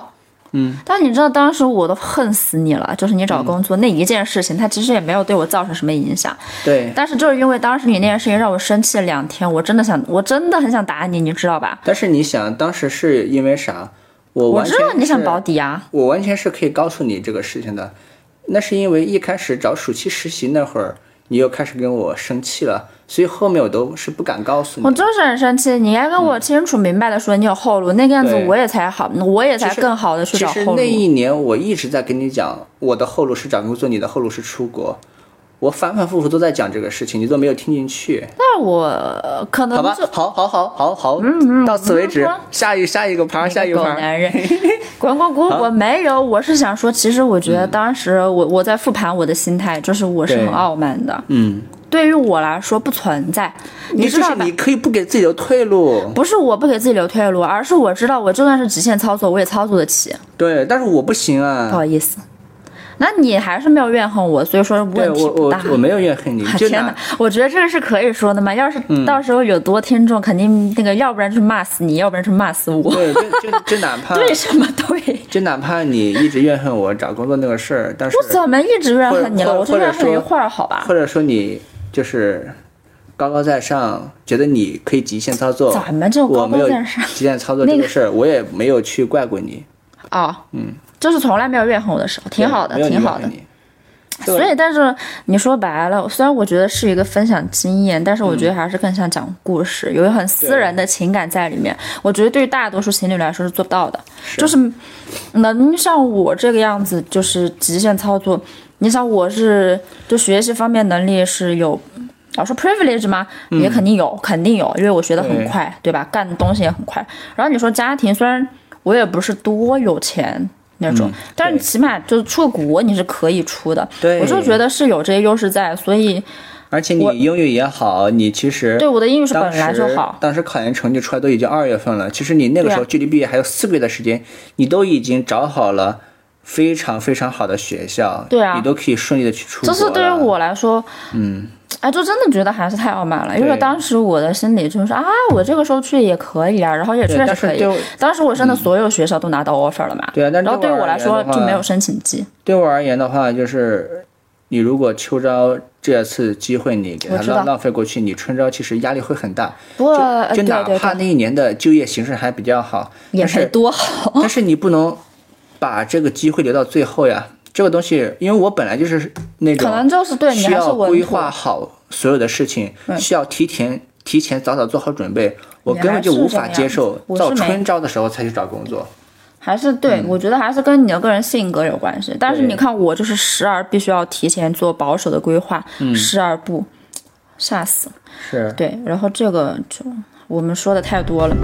嗯， 但你知道当时我都恨死你了，就是你找工作、嗯、那一件事情，它其实也没有对我造成什么影响。 对。 但是就是因为当时你那件事情让我生气了两天，我真的想，我真的很想打你，你知道吧？ 但是你想，当时是因为啥？我我知道你想保底啊， 我完全是可以告诉你这个事情的。那是因为一开始找暑期实习那会儿，你又开始跟我生气了。所以后面我都是不敢告诉你， 我就是很生气。你应该跟我清楚明白的说你有后路，嗯、那个样子我也才好，我也才更好的去找后路。 其实那一年我一直在跟你讲，我的后路是找工作，你的后路是出国。我反反复复都在讲这个事情，你都没有听进去。 但是我可能好吧，好好好好好，嗯嗯，到此为止。嗯、下一下一个盘，下一个盘。 男人，滚滚滚！我没有，我是想说，其实我觉得当时我、嗯、我在复盘我的心态，就是我是很傲慢的， 嗯。 对于我来说不存在，你知道吧？ 你可以不给自己留退路， 不是我不给自己留退路，而是我知道我就算是极限操作，我也操作得起。 对，但是我不行啊。 不好意思，那你还是没有怨恨我，所以说问题不大。 我我我没有怨恨你。 天哪，我觉得这个是可以说的嘛。要是到时候有多听众，嗯、肯定那个要不然就骂死你，要不然就骂死我。 对，就就就哪怕对什么对， 就哪怕你一直怨恨我找工作那个事儿，但是我怎么一直怨恨你了？我就怨恨一会儿，好吧？ 或者说你。就是高高在上，觉得你可以极限操作， 咱们就高高在上。 极限操作这个事儿，那个、我也没有去怪过你。 哦， 嗯， 就是从来没有怨恨我的时候，挺好的，挺好的。所以，但是你说白了，虽然我觉得是一个分享经验，但是我觉得还是更像讲故事，嗯、有很私人的情感在里面。我觉得对于大多数情侣来说是做不到的， 是就是能像我这个样子，就是极限操作。你想我是就学习方面能力是有，老说 privilege 吗？也肯定有，嗯、肯定有，因为我学得很快，对, 对吧？干的东西也很快。然后你说家庭，虽然我也不是多有钱那种，嗯、但是起码就是出国你是可以出的。 对， 我就觉得是有这些优势在，所以。 而且你英语也好，你其实对我的英语是本来就好。 当时考研成绩出来都已经二月份了，其实你那个时候距离毕业还有四个月的时间，你都已经找好了。非常非常好的学校， 对啊， 你都可以顺利的去出国了。 这是对于我来说， 嗯， 哎，就真的觉得还是太傲慢了，因为当时我的心里就是啊，我这个时候去也可以啊，然后也确实可以。当时我升的所有学校都拿到 offer 了嘛， 对啊，但然后对于我来说就没有申请季。 对我而言的话，就是你如果秋招这次机会你给它浪浪费过去，你春招其实压力会很大。 不过就, 就哪怕那一年的就业形势还比较好， 也没多好， 但是你不能。把这个机会留到最后呀，这个东西，因为我本来就是那种可能就是对需要规划好所有的事情，需要提前提前早早做好准备，我根本就无法接受到春招的时候才去找工作。 还是对、嗯，我觉得还是跟你的个人性格有关系。但是你看我就是时而必须要提前做保守的规划， 嗯、 时而不，吓死。 是对，然后这个就我们说的太多了。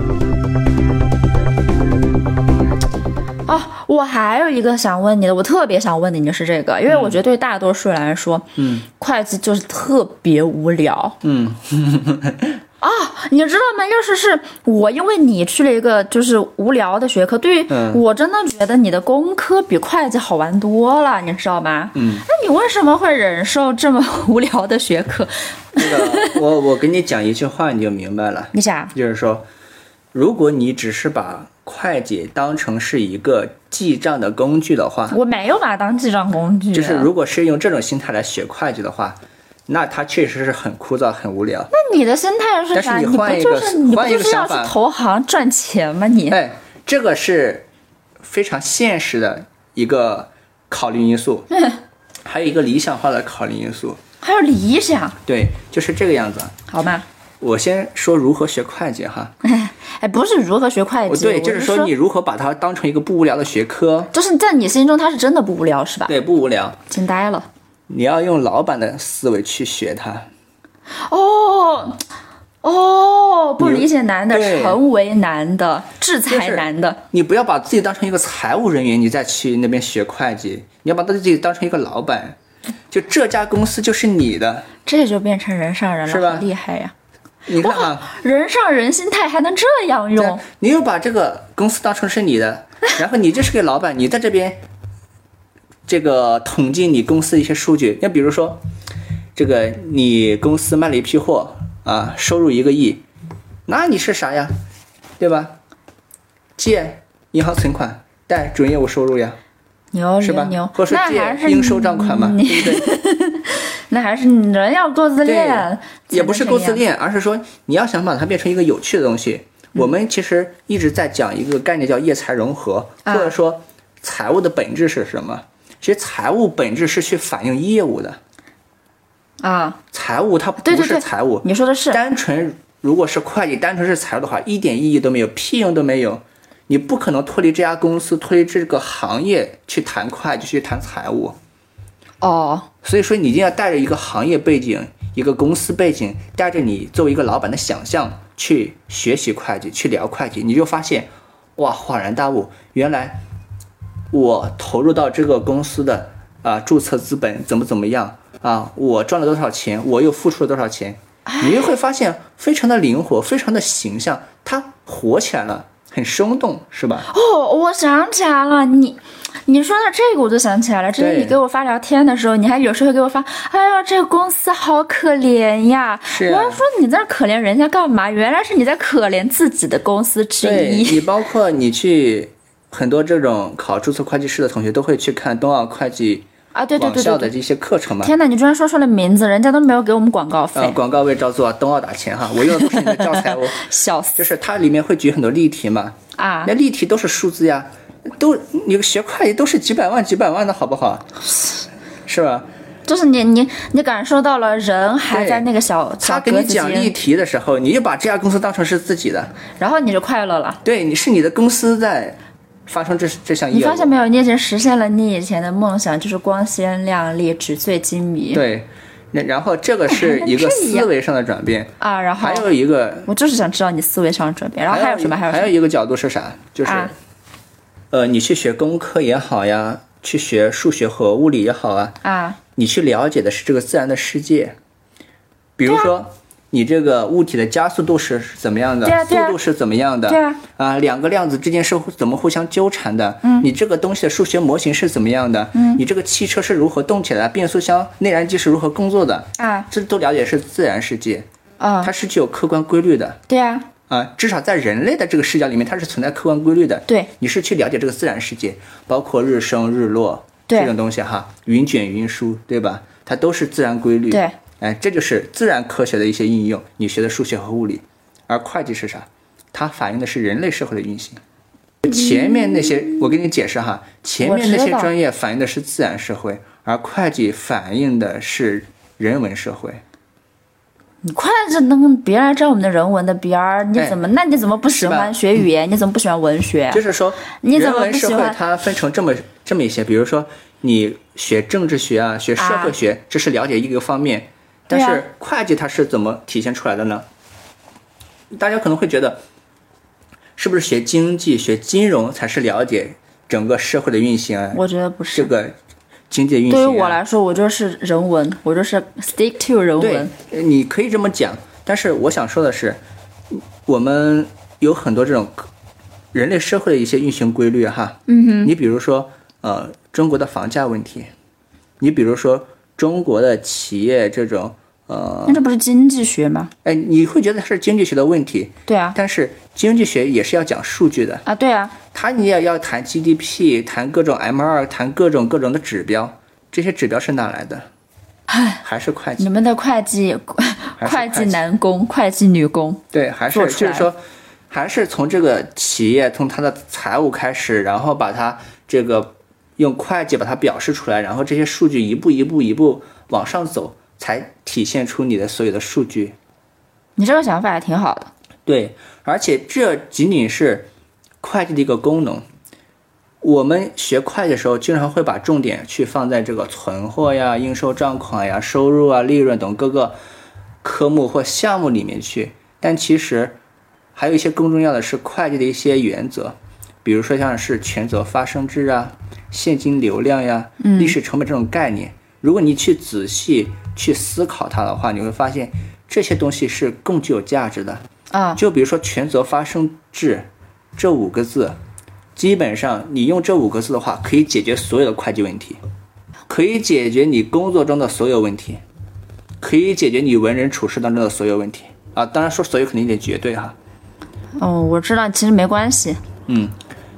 哦，我还有一个想问你的，我特别想问你的是这个，因为我觉得对大多数人来说， 嗯， 会计就是特别无聊， 嗯， 啊，你知道吗？要是是我，因为你去了一个就是无聊的学科，对于、嗯、我真的觉得你的工科比会计好玩多了，你知道吗？ 嗯， 那你为什么会忍受这么无聊的学科？ 那个，我我跟你讲一句话，你就明白了。 你想， 就是说，如果你只是把会计当成是一个记账的工具的话， 我没有把它当记账工具。 就是如果是用这种心态来学会计的话，那它确实是很枯燥、很无聊。 那你的心态是啥？ 但是你换一个， 你换一个想法， 你不就是要去投行赚钱吗？你哎，这个是非常现实的一个考虑因素， 嗯， 还有一个理想化的考虑因素。 还有理想？ 对，就是这个样子。 好吧。 我先说如何学会计哈， 哎，不是如何学会计， 对，就是说你如何把它当成一个不无聊的学科， 就是在你心中它是真的不无聊是吧？ 对，不无聊， 惊呆了。 你要用老板的思维去学它。 哦哦，不理解难的，成为难的，制裁难的、就是。 你不要把自己当成一个财务人员，你再去那边学会计，你要把自己当成一个老板，就这家公司就是你的， 这就变成人上人了，是吧？好厉害呀！ 你看啊， 人上人心态还能这样用？ 你又把这个公司当成是你的，然后你就是个老板，你在这边这个统计你公司的一些数据。那比如说，这个你公司卖了一批货啊，收入一个亿，那你是啥呀？对吧？借银行存款， 带准业务收入呀， 牛是吧？ 牛， 或者说借应收账款嘛，对不对？ 那还是人要够自恋， 也不是够自恋，而是说你要想把它变成一个有趣的东西。嗯、我们其实一直在讲一个概念叫业财融合， 啊、 或者说财务的本质是什么？其实财务本质是去反映业务的啊， 财务它不是财务， 对对对你说的是单纯。如果是会计，单纯是财务的话，一点意义都没有，屁用都没有。你不可能脱离这家公司，脱离这个行业去谈会计，去谈财务。 哦， 所以说你一定要带着一个行业背景，一个公司背景，带着你作为一个老板的想象去学习会计，去聊会计，你就发现，哇，恍然大悟，原来我投入到这个公司的啊、呃、注册资本怎么怎么样啊，我赚了多少钱，我又付出了多少钱，你就会发现非常的灵活，非常的形象，它活起来了。很生动，是吧？ 哦，我想起来了，你你说到这个我就想起来了。之前你给我发聊天的时候，你还有时候给我发，哎呀，这个公司好可怜呀。 是啊、 我说你在可怜人家干嘛？原来是你在可怜自己的公司之一。 对，你包括你去很多这种考注册会计师的同学都会去看冬奥会计啊，对对对网校的这些课程嘛。 天哪，你居然说出了名字，人家都没有给我们广告费。 呃、广告位照做，冬奥打钱哈，我用的都是你的教材哦。 笑死！ 就是它里面会举很多例题嘛， 啊， 那例题都是数字呀，都你学会计都是几百万几百万的好不好？是吧？ 就是你你你感受到了人还在那个小他给你讲例题的时候，你就把这家公司当成是自己的， 然后你就快乐了。 对，你是你的公司在发生这这项业务。 你发现没有？你已经实现了你以前的梦想，就是光鲜亮丽、纸醉金迷。 对，然后这个是一个思维上的转变啊。然后还有一个， 我就是想知道你思维上的转变。然后还有什么？还有还有一个角度是啥？就是、啊、呃，你去学工科也好呀，去学数学和物理也好啊， 啊， 你去了解的是这个自然的世界，比如说。你这个物体的加速度是怎么样的？ 对啊对啊、 速度是怎么样的？ 对啊， 啊，两个量子之间是怎么互相纠缠的？ 嗯， 你这个东西的数学模型是怎么样的？ 嗯， 你这个汽车是如何动起来的？变速箱、内燃机是如何工作的？ 啊， 这都了解是自然世界， 啊， 它是具有客观规律的。 对啊， 啊，至少在人类的这个视角里面，它是存在客观规律的。 对， 你是去了解这个自然世界，包括日升日落这种东西哈，云卷云舒，对吧？它都是自然规律。 对。 哎，这就是自然科学的一些应用，你学的数学和物理。而会计是啥？它反映的是人类社会的运行。前面那些我给你解释哈，前面那些专业反映的是自然社会，而会计反映的是人文社会。 你会计能别来沾我们的人文的边儿，你怎么、哎、那你怎么不喜欢学语言？你怎么不喜欢文学？ 就是说， 你怎么人文社会它分成这么这么一些，比如说你学政治学啊，学社会学，啊、这是了解一个方面。但是会计它是怎么体现出来的呢？大家可能会觉得，是不是学经济、学金融才是了解整个社会的运行啊？ 我觉得不是。 这个经济的运行、啊， 对于我来说，我就是人文，我就是 stick to 人文。 对，你可以这么讲，但是我想说的是，我们有很多这种人类社会的一些运行规律哈。 嗯哼。 你比如说，呃，中国的房价问题，你比如说。中国的企业这种呃， 那这不是经济学吗？ 哎，你会觉得它是经济学的问题， 对啊。 但是经济学也是要讲数据的啊，对啊。 它你也要谈 G D P， 谈各种 M 二， 谈各种各种的指标，这些指标是哪来的？ 唉， 还是会计？ 你们的会计，会计男工，会计女工， 对，还是就是说，还是从这个企业从它的财务开始，然后把它这个。用会计把它表示出来，然后这些数据一步一步一步往上走，才体现出你的所有的数据。 你这个想法还挺好的。 对，而且这仅仅是会计的一个功能。我们学会计的时候，经常会把重点去放在这个存货呀、应收账款呀、收入啊、利润等各个科目或项目里面去，但其实还有一些更重要的是会计的一些原则，比如说像是权责发生制啊。现金流量呀，历史成本这种概念，嗯、如果你去仔细去思考它的话，你会发现这些东西是更具有价值的啊。 就比如说权责发生制这五个字，基本上你用这五个字的话，可以解决所有的会计问题，可以解决你工作中的所有问题，可以解决你为人处事当中的所有问题啊。当然说所有肯定得绝对哈。 哦，我知道，其实没关系。 嗯。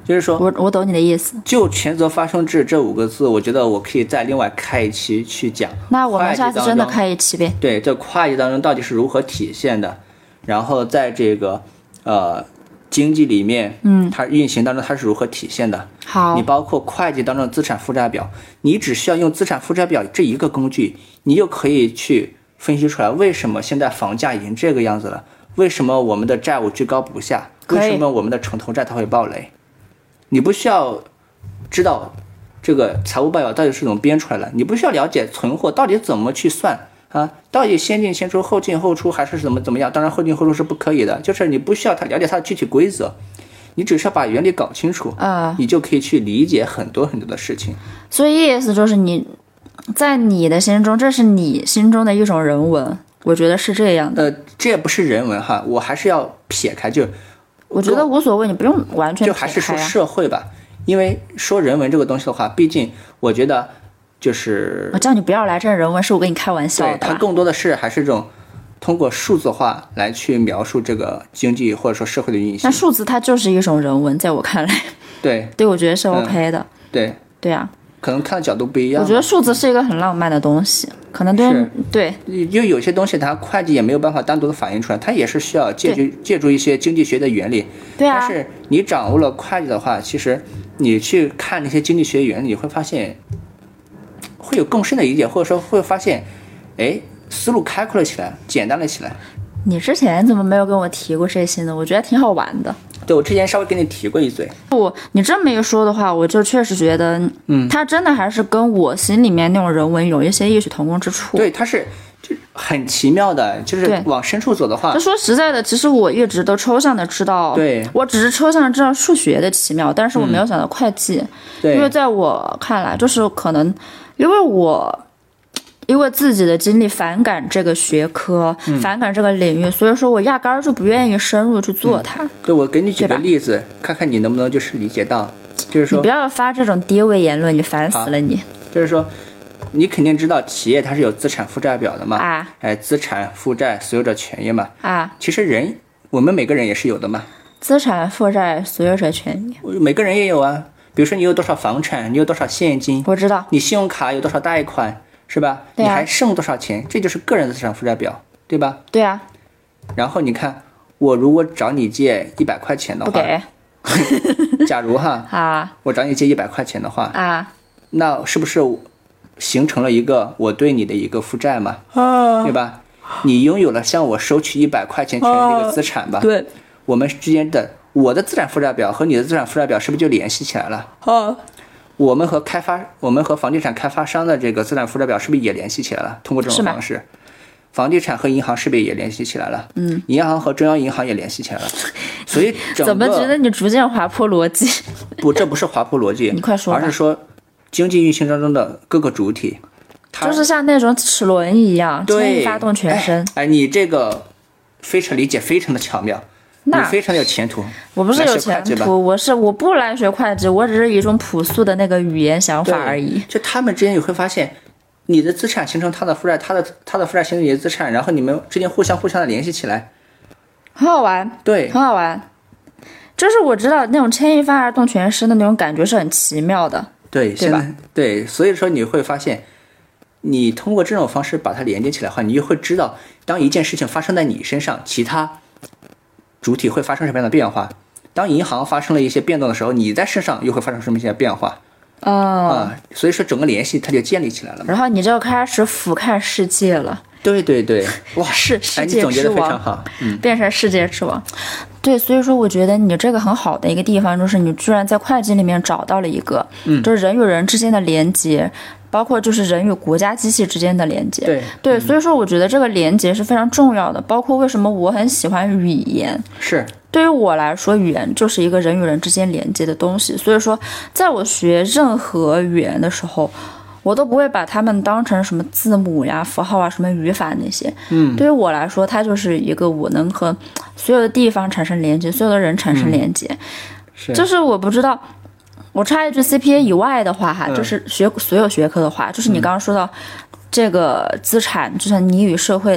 就是说， 我我懂你的意思。 就权责发生制这五个字，我觉得我可以再另外开一期去讲。 那我们下次真的开一期呗？ 对，这会计当中到底是如何体现的？然后在这个呃经济里面， 嗯， 它运行当中它是如何体现的？ 好， 你包括会计当中的资产负债表，你只需要用资产负债表这一个工具，你就可以去分析出来为什么现在房价已经这个样子了，为什么我们的债务居高不下，为什么我们的城投债它会爆雷。你不需要知道这个财务报表到底是怎么编出来的，你不需要了解存货到底怎么去算啊，到底先进先出后进后出还是怎么怎么样，当然后进后出是不可以的，就是你不需要他了解它的具体规则，你只需要把原理搞清楚啊、 你就可以去理解很多很多的事情。 所以意思就是你在你的心中，这是你心中的一种人文，我觉得是这样的。 呃，这也不是人文哈，我还是要撇开，就我觉得无所谓，你不用完全撇开、啊、 就还是说社会吧，因为说人文这个东西的话，毕竟我觉得就是我叫你不要来这人文，是我跟你开玩笑的。 对，它更多的是还是这种通过数字化来去描述这个经济或者说社会的运行。 那数字它就是一种人文，在我看来， 对对，我觉得是 OK 的。 嗯、对对啊， 可能看的角度不一样。 我觉得数字是一个很浪漫的东西，可能对对， 因为有些东西它会计也没有办法单独的反映出来，它也是需要借助借助一些经济学的原理。 对啊， 但是你掌握了会计的话，其实你去看那些经济学原理，你会发现会有更深的理解，或者说会发现，哎，思路开阔了起来，简单了起来。 你之前怎么没有跟我提过这些呢？我觉得挺好玩的。 对，我之前稍微跟你提过一嘴。 不，你这么一说的话，我就确实觉得，嗯，它真的还是跟我心里面那种人文有一些异曲同工之处。 对，它是就很奇妙的，就是往深处走的话。 就说实在的，其实我一直都抽象的知道， 对， 我只是抽象的知道数学的奇妙，但是我没有想到会计。 嗯、对， 因为在我看来，就是可能因为我。因为自己的经历反感这个学科、嗯、反感这个领域，所以说我压根儿就不愿意深入去做它。 嗯、对，我给你举个例子，看看你能不能就是理解到，就是说你不要发这种低位言论，你烦死了你。 就是说，你肯定知道企业它是有资产负债表的嘛？ 啊， 哎，资产负债所有者权益嘛？ 啊， 其实人我们每个人也是有的嘛。 资产负债所有者权益， 每个人也有啊。比如说你有多少房产，你有多少现金， 我知道。 你信用卡有多少贷款。是吧？ 对啊、 你还剩多少钱？这就是个人的资产负债表，对吧？ 对啊。 然后你看，我如果找你借一百块钱的话， 不给。假如哈啊， 我找你借一百块钱的话啊， 那是不是形成了一个我对你的一个负债嘛？ 啊， 对吧？你拥有了向我收取一百块钱权益的一个资产吧？ 啊、对， 我们之间的我的资产负债表和你的资产负债表是不是就联系起来了？ 啊。 我们和开发，我们和房地产开发商的这个资产负债表是不是也联系起来了？通过这种方式，房地产和银行是不是也联系起来了？ 嗯， 银行和中央银行也联系起来了。所以整个怎么觉得你逐渐滑坡逻辑？ 不，这不是滑坡逻辑， 你快说吧。 而是说经济运行当中的各个主体， 就是像那种齿轮一样，牵一发动全身。 哎，哎，你这个非常理解，非常的巧妙。 那你非常有前途。 我不是有前途，我是我不来学会计，我只是一种朴素的那个语言想法而已。 就他们之间你会发现，你的资产形成他的负债，他的他的负债形成你的资产，然后你们之间互相互相的联系起来， 很好玩。 对， 很好玩。就是我知道那种牵一发而动全身的那种感觉是很奇妙的， 对， 对吧？ 对，所以说你会发现，你通过这种方式把它连接起来的话，你就会知道，当一件事情发生在你身上，其他主体会发生什么样的变化。当银行发生了一些变动的时候，你在身上又会发生什么一些变化。 哦、 啊，所以说整个联系它就建立起来了嘛。 然后你就开始俯瞰世界了。 对对对，哇， 是世界之王， 哎，你总结得非常好，嗯， 变成世界之王。对，所以说我觉得你这个很好的一个地方，就是你居然在会计里面找到了一个，嗯，就是人与人之间的连接，包括就是人与国家机器之间的连接。 对对， 嗯、 所以说我觉得这个连接是非常重要的。包括为什么我很喜欢语言， 是对于我来说，语言就是一个人与人之间连接的东西。所以说，在我学任何语言的时候，我都不会把它们当成什么字母呀、符号啊、什么语法那些。 嗯， 对于我来说，它就是一个我能和所有的地方产生连接，所有的人产生连接。 嗯、是， 就是我不知道，我插一句 C P A 以外的话哈，嗯、就是学所有学科的话，就是你刚刚说到这个资产，就像你与社会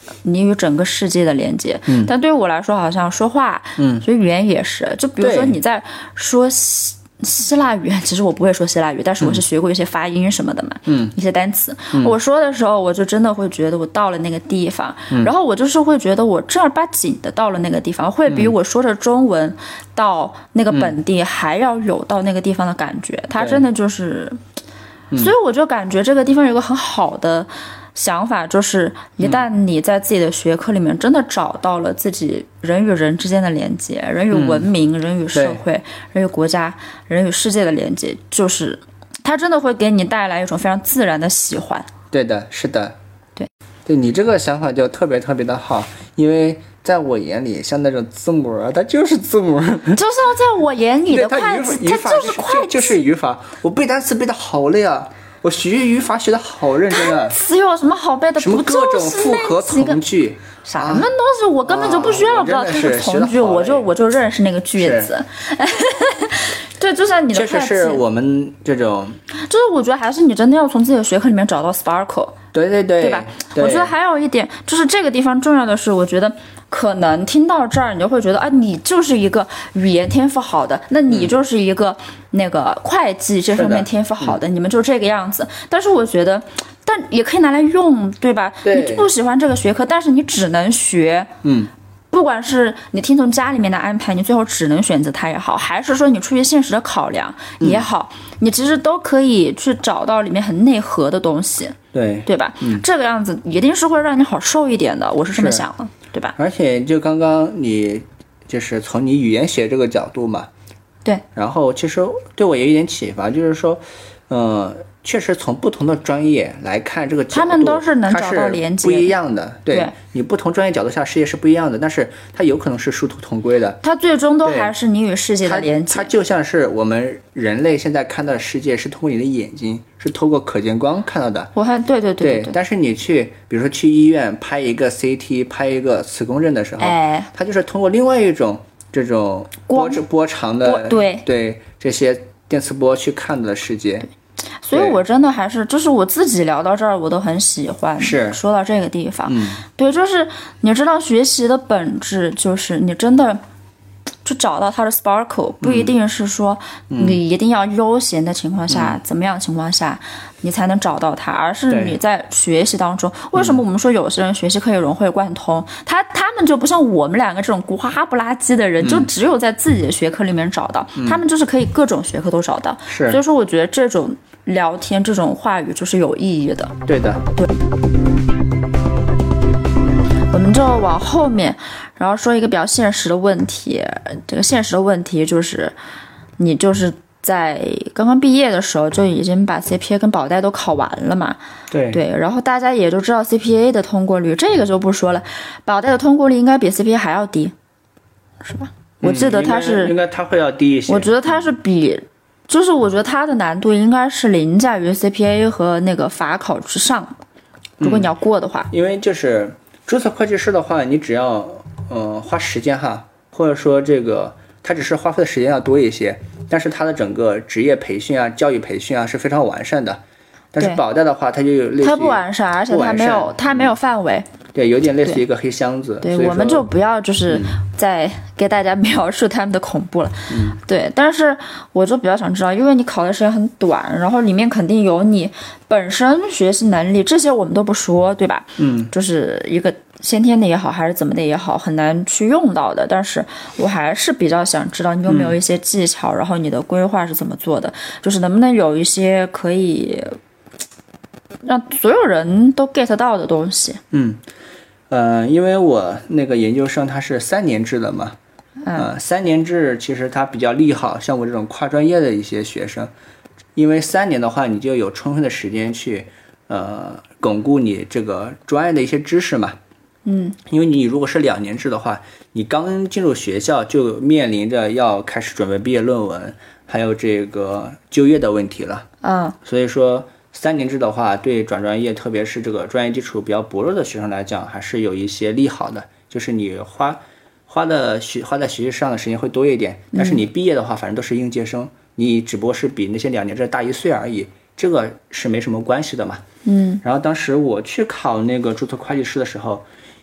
你与整个世界的连接。嗯，但对于我来说，好像说话，嗯，所以语言也是。就比如说你在说希希腊语，其实我不会说希腊语，但是我是学过一些发音什么的嘛，嗯，一些单词。嗯、我说的时候，我就真的会觉得我到了那个地方，嗯、然后我就是会觉得我正儿八经的到了那个地方，会比我说着中文到那个本地还要有到那个地方的感觉。它真的就是。所以我就感觉这个地方有个很好的想法，就是一旦你在自己的学科里面真的找到了自己人与人之间的连接，人与文明、嗯、人与社会、人与国家、人与世界的连接，就是它真的会给你带来一种非常自然的喜欢。 对的，是的， 对， 对你这个想法就特别特别的好，因为在我眼里，像那种字母啊，它就是字母。 就是在我眼里的会计，它就是会计， 就是语法。我背单词背的好累啊，我学语法学的好认真啊。 单词有什么好背的？ 什么各种复合从句， 什么东西我根本就不需要知道它是从句，我就我就认识那个句子。对，就像你的会计， 确实是我们这种， 就是我觉得还是你真的要从自己的学科里面找到 sparkle。 对对对， 对吧？对，我觉得还有一点就是这个地方重要的是，我觉得可能听到这儿你就会觉得啊，你就是一个语言天赋好的，那你就是一个那个会计这方面天赋好的， 的你们就这个样子。但是我觉得，但也可以拿来用，对吧？ 对， 你不喜欢这个学科，但是你只能学， 嗯。 不管是你听从家里面的安排，你最后只能选择它也好，还是说你出于现实的考量也好，嗯、你其实都可以去找到里面很内核的东西， 对对吧？ 嗯， 这个样子一定是会让你好受一点的，我是这么想的，对吧？ 而且就刚刚你就是从你语言学这个角度嘛， 对， 然后其实对我也有一点启发，就是说，嗯、呃。确实从不同的专业来看这个角度， 他们都是能找到连接， 不一样的。对， 对你不同专业角度下世界是不一样的，但是它有可能是殊途同归的。 它最终都还是你与世界的连接。 它, 它就像是我们人类现在看到的世界是通过你的眼睛，是透过可见光看到的。 我看，对对对 对, 对, 对。但是你去，比如说去医院拍一个 C T， 拍一个磁共振的时候， 哎， 它就是通过另外一种这种波波长的， 对对这些电磁波去看到的世界。 所以我真的还是就是我自己聊到这儿我都很喜欢， 是说到这个地方， 嗯， 对，就是你知道学习的本质就是你真的去找到它的 sparkle， 不一定是说你一定要悠闲的情况下、嗯、怎么样的情况下你才能找到它，而是你在学习当中，为什么我们说有些人学习可以融会贯通，他他们就不像我们两个这种呱不拉几的人、嗯、就只有在自己的学科里面找到、嗯、他们就是可以各种学科都找到， 是， 所以说我觉得这种聊天这种话语就是有意义的。 对的， 对。我们就往后面，然后说一个比较现实的问题。这个现实的问题就是，你就是在刚刚毕业的时候就已经把 C P A 跟保代都考完了嘛？ 对对。然后大家也就知道 C P A 的通过率，这个就不说了。保代的通过率应该比 C P A 还要低，是吧？我记得它是、 嗯、应该它会要低一些。 我觉得它是比。就是我觉得它的难度应该是凌驾于 C P A 和那个法考之上，如果你要过的话。 嗯、因为就是注册会计师的话，你只要呃花时间哈，或者说这个它只是花费的时间要多一些，但是它的整个职业培训啊、教育培训啊是非常完善的。但是保代的话，它就有类似于它不完善，而且它没有它没有范围。 对，有点类似于一个黑箱子。 对，我们就不要就是再给大家描述他们的恐怖了。嗯，对，但是我就比较想知道，因为你考的时间很短，然后里面肯定有你本身学习能力，这些我们都不说，对吧？ 嗯， 就是一个先天的也好，还是怎么的也好，很难去用到的。但是我还是比较想知道你有没有一些技巧，嗯、然后你的规划是怎么做的，就是能不能有一些可以让所有人都 get 到的东西。 嗯。呃，因为我那个研究生它是三年制的嘛，呃，三年制其实它比较利好像我这种跨专业的一些学生，因为三年的话你就有充分的时间去呃巩固你这个专业的一些知识嘛。 嗯， 因为你如果是两年制的话，你刚进入学校就面临着要开始准备毕业论文，还有这个就业的问题了。 嗯， 所以说。三年制的话，对转专业，特别是这个专业基础比较薄弱的学生来讲，还是有一些利好的。就是你花花的学花在学习上的时间会多一点，但是你毕业的话，反正都是应届生，你只不过是比那些两年制大一岁而已，这个是没什么关系的嘛。 嗯。 然后当时我去考那个注册会计师的时候，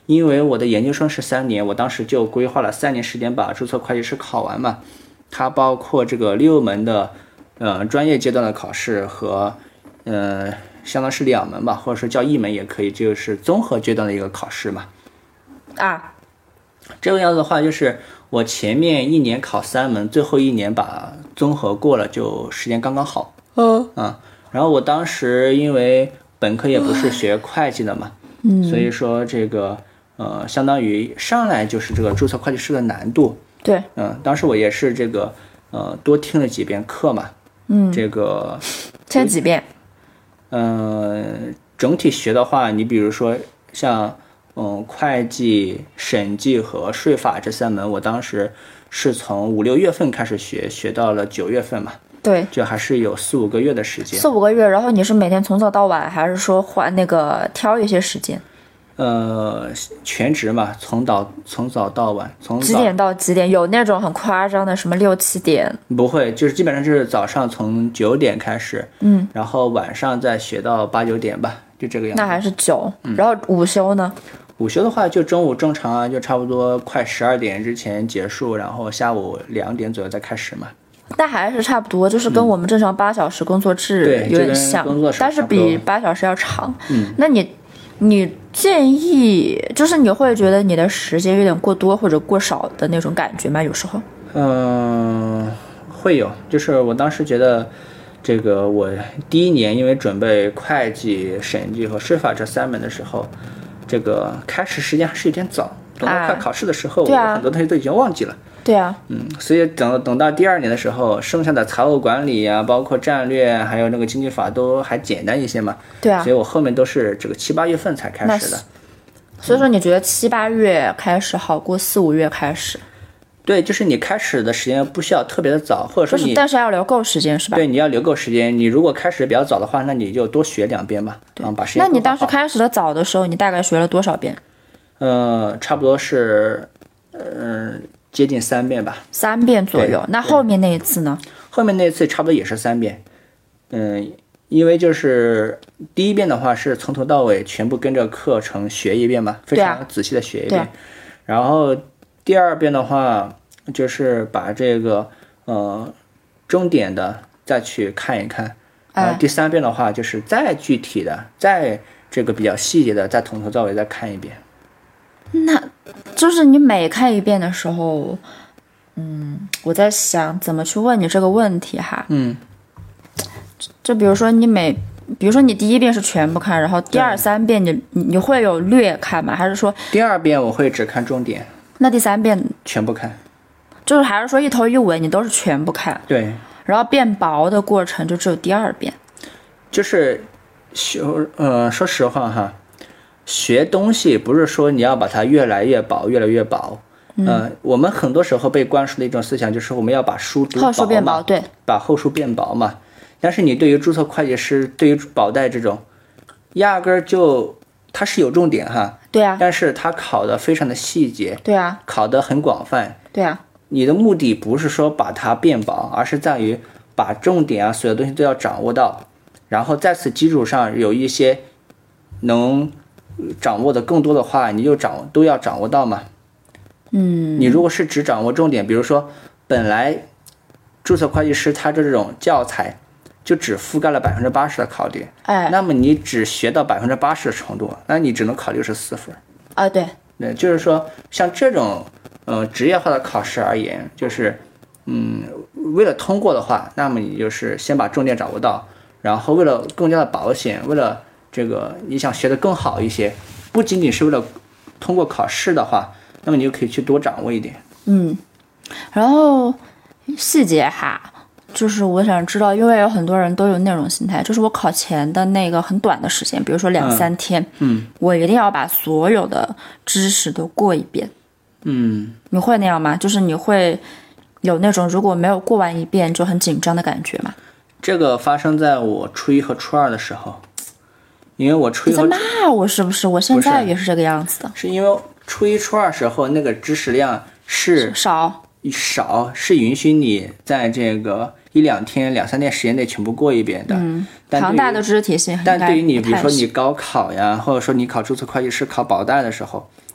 因为我的研究生是三年，我当时就规划了三年时间把注册会计师考完嘛。它包括这个六门的呃专业阶段的考试和呃相当是两门吧，或者说叫一门也可以，就是综合阶段的一个考试嘛。 啊， 这个样子的话，就是我前面一年考三门，最后一年把综合过了，就时间刚刚好。 嗯啊，然后我当时因为本科也不是学会计的嘛， 嗯， 所以说这个呃，相当于上来就是这个注册会计师的难度。 对， 嗯，当时我也是这个呃多听了几遍课嘛， 嗯， 这个听几遍， 嗯、呃，整体学的话，你比如说像嗯会计、审计和税法这三门，我当时是从五六月份开始学，学到了九月份嘛。 对， 就还是有四五个月的时间。 四五个月，然后你是每天从早到晚，还是说换那个挑一些时间？ 呃，全职嘛，从早从早到晚，从几点到几点？有那种很夸张的，什么六七点？ 不会，就是基本上就是早上从九点开始， 嗯， 然后晚上再学到八九点吧，就这个样子。 那还是久。嗯、然后午休呢？ 午休的话，就中午正常啊，就差不多快十二点之前结束，然后下午两点左右再开始嘛。 那还是差不多，就是跟我们正常八小时工作制有点像， 嗯、 但是比八小时要长。 嗯， 那你你建议，就是你会觉得你的时间有点过多或者过少的那种感觉吗？有时候？ 嗯、呃，会有，就是我当时觉得，这个我第一年因为准备会计、审计和税法这三门的时候，这个开始时间还是有点早，等到快考试的时候， 啊、 我很多东西都已经忘记了。 对啊， 嗯，所以等等到第二年的时候，剩下的财务管理呀、啊，包括战略，还有那个经济法都还简单一些嘛。 对啊， 所以我后面都是这个七八月份才开始的。 所以说，你觉得七八月开始好过四五月开始？ 对，就是你开始的时间不需要特别的早，或者说你， 是但是要留够时间是吧？ 对，你要留够时间。你如果开始比较早的话，那你就多学两遍吧， 对， 啊，把时间。 那你当时开始的早的时候，你大概学了多少遍？ 呃，差不多是，嗯、呃。接近三遍吧， 三遍左右。那后面那一次呢？ 后面那一次差不多也是三遍。嗯，因为就是第一遍的话是从头到尾全部跟着课程学一遍嘛，非常仔细的学一遍。 啊、 然后第二遍的话就是把这个呃重点的再去看一看。然后第三遍的话就是再具体的、再这个比较细节的，再从头到尾再看一遍。 那就是你每看一遍的时候，嗯，我在想怎么去问你这个问题哈。 嗯， 就比如说你每，比如说你第一遍是全部看，然后第二三遍你你会有略看吗？还是说第二遍我会只看重点？ 那第三遍全部看？ 就是还是说一头一尾你都是全部看？ 对。 然后变薄的过程就只有第二遍。 就是学呃，说实话哈。学东西不是说你要把它越来越薄，越来越薄。嗯、呃，我们很多时候被灌输的一种思想就是我们要把书读薄嘛， 厚书变薄，对， 把厚书变薄嘛。但是你对于注册会计师，对于保代这种，压根儿就它是有重点哈。 对啊。 但是它考的非常的细节。 对啊。 考得很广泛。 对啊。 你的目的不是说把它变薄，而是在于把重点啊，所有东西都要掌握到，然后在此基础上有一些能掌握的更多的话，你就掌都要掌握到嘛。 嗯， 你如果是只掌握重点，比如说本来注册会计师他这种教材就只覆盖了百分之八十的考点， 哎， 那么你只学到百分之八十的程度，那你只能考六十四分。 啊，对， 对，就是说像这种呃职业化的考试而言，就是嗯，为了通过的话，那么你就是先把重点掌握到，然后为了更加的保险，为了这个你想学得更好一些，不仅仅是为了通过考试的话，那么你就可以去多掌握一点。 嗯，然后细节哈，就是我想知道，因为有很多人都有那种心态，就是我考前的那个很短的时间，比如说两三天， 嗯， 我一定要把所有的知识都过一遍。 嗯， 你会那样吗？就是你会有那种如果没有过完一遍就很紧张的感觉吗？ 这个发生在我初一和初二的时候。因为我初一和你在骂我是不是？我现在也是这个样子的。 是因为初一初二时候那个知识量是少少，是允许你在这个一两天、两三天时间内全部过一遍的。 嗯，庞大的知识体系。 但对于你，比如说你高考呀，或者说你考注册会计师、考保代的时候，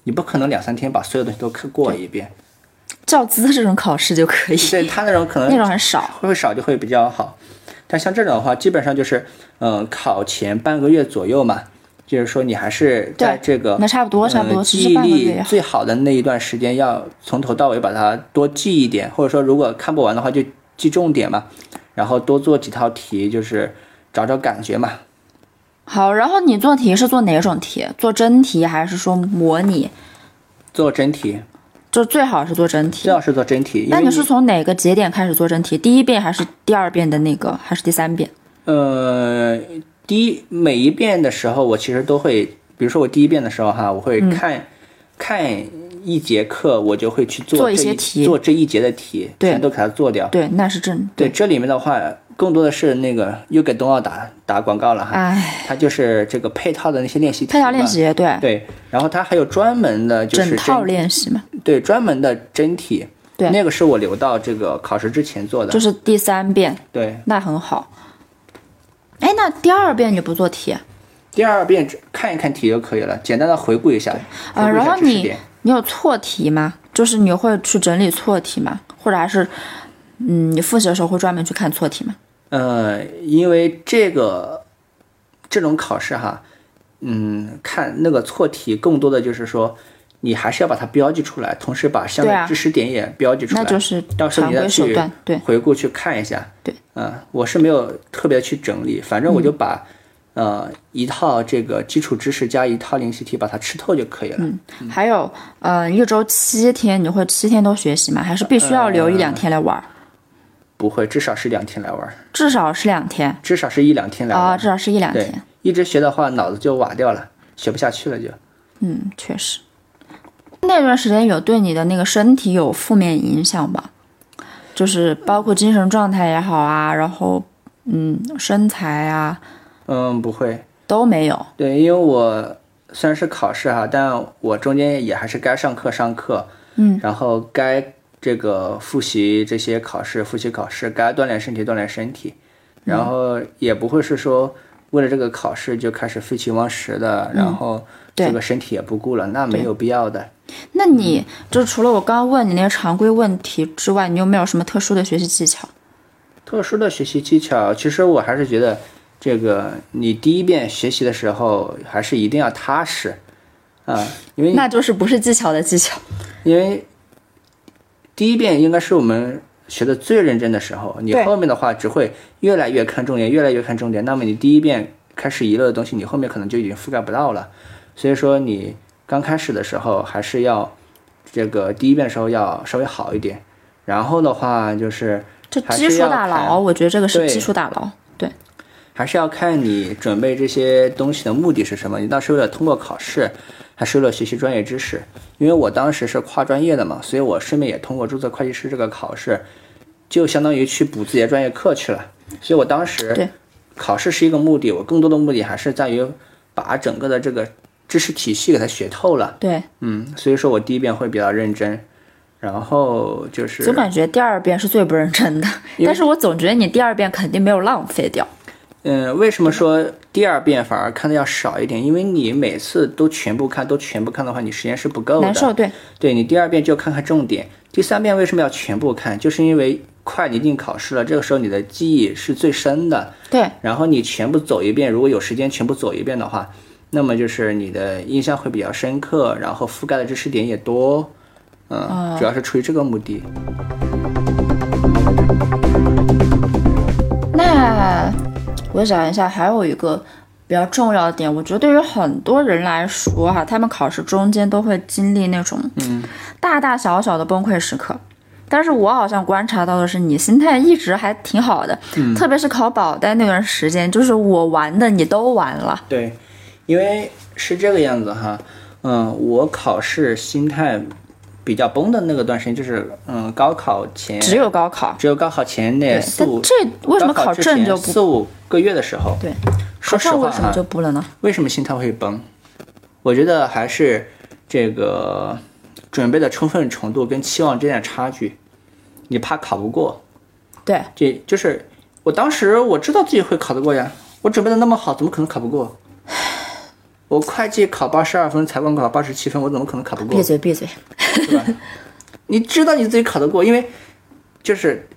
你不可能两三天把所有东西都过一遍。 教资这种考试就可以， 对他那种可能那种很少， 会少就会比较好。但像这种的话，基本上就是，嗯、呃，考前半个月左右嘛，就是说你还是在这个那差不多差不多、呃、 记忆力最好的那一段时间，要从头到尾把它多记一点，或者说如果看不完的话就记重点嘛，然后多做几套题，就是找找感觉嘛。 好，然后你做题是做哪种题？做真题还是说模拟？ 做真题。 就最好是做真题， 最好是做真题。 那你是从哪个节点开始做真题？第一遍还是第二遍的那个，还是第三遍？ 呃，第一每一遍的时候，我其实都会，比如说我第一遍的时候哈，我会看、嗯、看一节课，我就会去做做一些题， 做这一节的题，全都给它做掉。 对，那是正对。对，这里面的话，更多的是那个又给冬奥打打广告了哈， 哎， 它就是这个配套的那些练习题， 配套练习，对对，然后它还有专门的就是整套练习嘛， 对，专门的真题， 对， 那个是我留到这个考试之前做的， 就是第三遍， 对， 那很好。哎，那第二遍你不做题？ 第二遍看一看题就可以了，简单的回顾一下。 啊、呃，然后你你有错题吗？就是你会去整理错题吗？或者还是嗯，你复习的时候会专门去看错题吗？ 呃，因为这个这种考试哈，嗯，看那个错题更多的就是说，你还是要把它标记出来，同时把相关知识点也标记出来， 那就是到时候你再去对回顾去看一下。 对， 嗯、呃，我是没有特别去整理，反正我就把、嗯、呃一套这个基础知识加一套练习题把它吃透就可以了。 嗯，还有呃一周七天，你会七天都学习吗？还是必须要留一两天来玩？呃不会，至少是两天来玩。 至少是两天。 至少是一两天来玩。 啊、哦，至少是一两天。 对，一直学的话，脑子就瓦掉了，学不下去了就。 嗯，确实。那段时间有对你的那个身体有负面影响吗？就是包括精神状态也好啊，然后嗯，身材啊。 嗯，不会。 都没有。 对，因为我虽然是考试哈，但我中间也还是该上课上课。 嗯。 然后该。这个复习这些考试，复习考试，该锻炼身体锻炼身体，然后也不会是说为了这个考试就开始废寝忘食的， 嗯、 然后这个身体也不顾了，那没有必要的。 那你就除了我刚刚问你那个常规问题之外，你有没有什么特殊的学习技巧？ 特殊的学习技巧，其实我还是觉得，这个你第一遍学习的时候还是一定要踏实啊，因为那就是不是技巧的技巧， 因为。第一遍应该是我们学的最认真的时候，你后面的话只会越来越看重点，越来越看重点。那么你第一遍开始遗漏的东西，你后面可能就已经覆盖不到了。所以说你刚开始的时候还是要这个第一遍的时候要稍微好一点，然后的话就是这基础打牢，我觉得这个是基础打牢。对， 还是要看你准备这些东西的目的是什么，你到时候为了通过考试。还是为了学习专业知识，因为我当时是跨专业的嘛，所以我顺便也通过注册会计师这个考试，就相当于去补自己的专业课去了。所以我当时考试是一个目的，我更多的目的还是在于把整个的这个知识体系给它学透了。 对， 嗯，所以说我第一遍会比较认真，然后就是总感觉第二遍是最不认真的，但是我总觉得你第二遍肯定没有浪费掉。 嗯，为什么说第二遍反而看的要少一点？因为你每次都全部看，都全部看的话，你时间是不够的。 难受，对。 对，你第二遍就看看重点。第三遍为什么要全部看？就是因为快临近考试了，这个时候你的记忆是最深的。 对。 然后你全部走一遍，如果有时间全部走一遍的话，那么就是你的印象会比较深刻，然后覆盖的知识点也多。嗯，哦、主要是出于这个目的。 那。我想一下，还有一个比较重要的点，我觉得对于很多人来说哈，他们考试中间都会经历那种大大小小的崩溃时刻，但是我好像观察到的是你心态一直还挺好的， 嗯、 特别是考保带那段时间，就是我玩的你都玩了。 对，因为是这个样子哈，嗯，我考试心态比较崩的那个段时间，就是嗯，高考前只有高考， 只有高考前那四五， 这为什么考证就不四五个月的时候？ 对， 说实话为什么就不了呢？ 为什么心态会崩？我觉得还是这个准备的充分程度跟期望之间的差距，你怕考不过。 对， 这就是我当时我知道自己会考得过呀，我准备的那么好，怎么可能考不过？ 我会计考八十二分，财管考八十七分，我怎么可能考不过？ 闭嘴闭嘴， 对吧？你知道你自己考得过，因为就是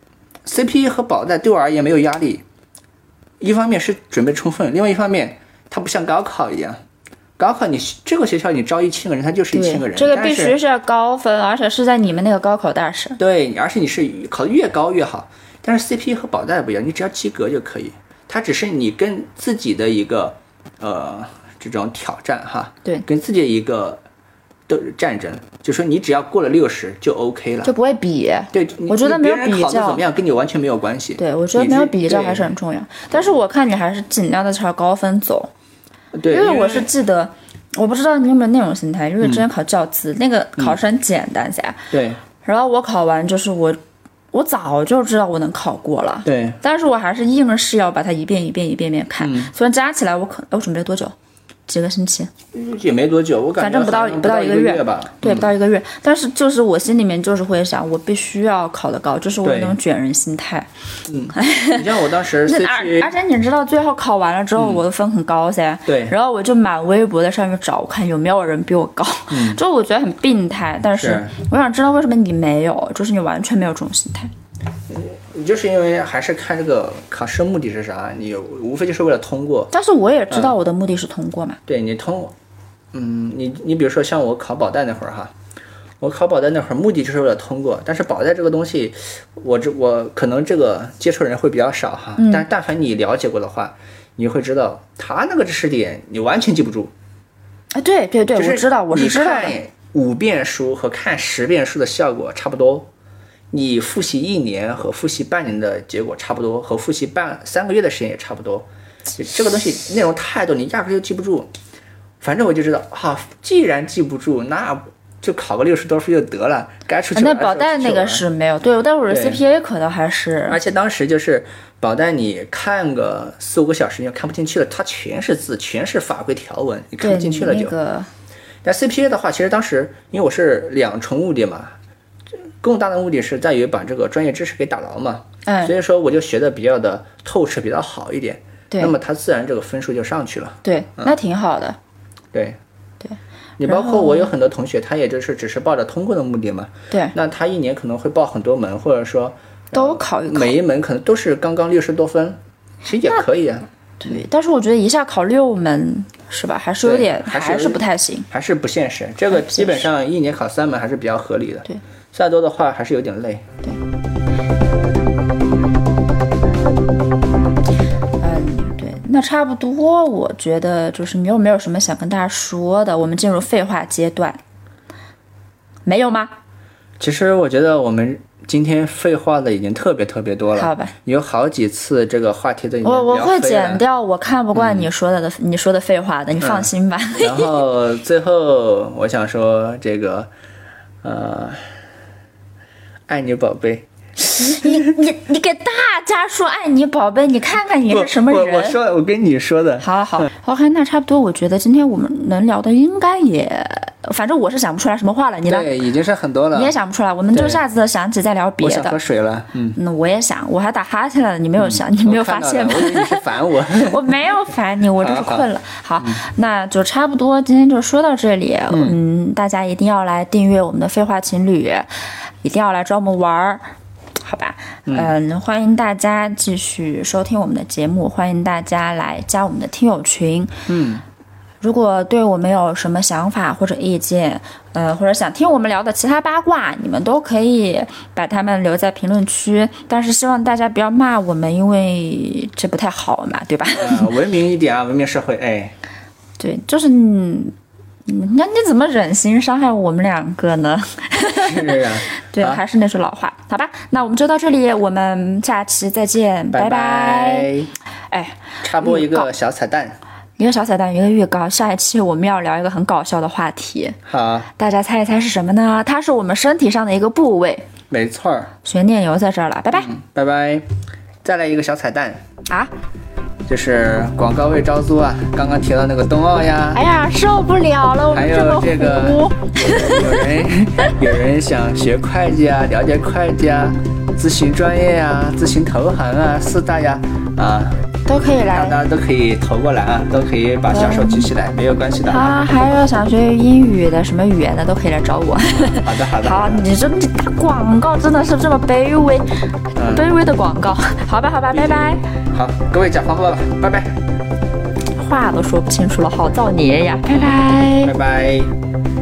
C P A 和保代对我而言没有压力。一方面是准备充分，另外一方面它不像高考一样，高考你这个学校你招一千个人，它就是一千个人， 这个必须是要高分，而且是在你们那个高考大省。 对，而且你是考得越高越好。但是 C P A 和保代不一样，你只要及格就可以，它只是你跟自己的一个呃这种挑战哈， 对， 跟自己的一个的战争，就说你只要过了六十就 OK 了， 就不会比。 对， 我觉得没有比较， 别人考得怎么样跟你完全没有关系。 对，我觉得没有比较还是很重要。但是我看你还是尽量的朝高分走。 对， 因为我是记得，我不知道你有没有那种心态，因为之前考教资、嗯、那个考试很简单噻、嗯。 对。 然后我考完就是我，我早就知道我能考过了。 对。 但是我还是硬是要把它一遍一遍一遍遍看， 嗯、 所以加起来我可我准备了多久？几个星期？ 也没多久，我感觉反正不到不到一个月吧。 对，不到一个月。但是就是我心里面就是会想，我必须要考得高，就是我那种卷人心态。 嗯，你像我当时而而且你知道，最后考完了之后，我的分很高噻。 对。 然后我就满微博在上面找，看有没有人比我高。 嗯。 就我觉得很病态，但是我想知道为什么你没有，就是你完全没有这种心态。 你就是因为还是看这个考试目的是啥，你无非就是为了通过。 但是我也知道我的目的是通过嘛。 嗯、对你通，嗯，你你比如说像我考保代那会儿哈，我考保代那会儿目的就是为了通过，但是保代这个东西，我这我可能这个接触人会比较少哈， 嗯、 但但凡你了解过的话，你会知道他那个知识点你完全记不住。 啊，对对对，我知道，我是知道的。 你看五遍书和看十遍书的效果差不多。你复习一年和复习半年的结果差不多，和复习半三个月的时间也差不多。这个东西内容太多，你压根就记不住。反正我就知道啊，既然记不住，那就考个六十多分就得了，该出去玩。 那保代那个是没有，对，但我的 C P A 可能还是。 而且当时就是保代，你看个四五个小时你就看不进去了，它全是字，全是法规条文，你看不进去了就。 那个、 但 C P A 的话，其实当时因为我是两重目的嘛。更大的目的是在于把这个专业知识给打牢嘛， 嗯， 所以说我就学的比较的透彻，比较好一点， 对， 那么它自然这个分数就上去了， 对， 嗯、 那挺好的， 对， 对， 你包括我有很多同学，他也就是只是抱着通过的目的嘛， 对， 那他一年可能会报很多门，或者说都考一考， 每一门可能都是刚刚六十多分，其实也可以啊， 对，但是我觉得一下考六门是吧，还是有点， 还是还是不太行， 还是不现实，这个基本上一年考三门还是比较合理的， 对。 再多的话还是有点累。 对，嗯，对，那差不多。我觉得就是你有没有什么想跟大家说的？我们进入废话阶段，没有吗？ 其实我觉得我们今天废话的已经特别特别多了。 好吧， 有好几次这个话题都已经我我会剪掉，我看不惯你说的、嗯、你说的废话的，你放心吧。 嗯、然后最后我想说这个，呃。爱你宝贝， 你你你给大家说爱你宝贝，你看看你是什么人？ 我我说我跟你说的。 好好 ，OK， 那差不多。我觉得今天我们能聊的应该也，反正我是想不出来什么话了。你呢？ 对，已经是很多了。 你也想不出来，我们就下次想起再聊别的。 我想喝水了，嗯。 那我也想，我还打哈欠了，你没有想，嗯、你没有发现吗？ 我以为你是烦我。 我没有烦你，我就是困了。好，好好那就差不多，今天就说到这里。 嗯， 嗯大家一定要来订阅我们的废话情侣。一定要来找我们玩儿，好吧？嗯、呃，欢迎大家继续收听我们的节目，欢迎大家来加我们的听友群。 嗯， 如果对我们有什么想法或者意见，呃，或者想听我们聊的其他八卦，你们都可以把它们留在评论区。但是希望大家不要骂我们，因为这不太好嘛，对吧？ 呃、文明一点啊，文明社会。哎， 对，就是你。那你怎么忍心伤害我们两个呢？ 是啊， 对，还是那句老话，好吧？那我们就到这里，我们下期再见， 拜拜。 哎， 插播一个小彩蛋， 一个小彩蛋，一个预告。下一期我们要聊一个很搞笑的话题， 好， 大家猜一猜是什么呢？它是我们身体上的一个部位， 没错， 悬念油在这儿了，拜拜、 嗯，拜拜。再来一个小彩蛋啊！ 就是广告位招租啊，刚刚提到那个冬奥呀， 哎呀，受不了了，我们这么还有这个有人有人想学会计啊，了解会计啊，咨询专业啊，咨询投行啊，四大呀啊。 都可以来， 大家都可以投过来啊，都可以把小手举起来，没有关系的。 啊，还有想学英语的什么语言的都可以来找我。 好的好的。 好，你这你打广告真的是这么卑微，嗯、卑微的广告。好吧好吧，拜拜。 好，各位甲方爸爸，拜拜。 话都说不清楚了，好造孽呀！拜拜， 拜拜。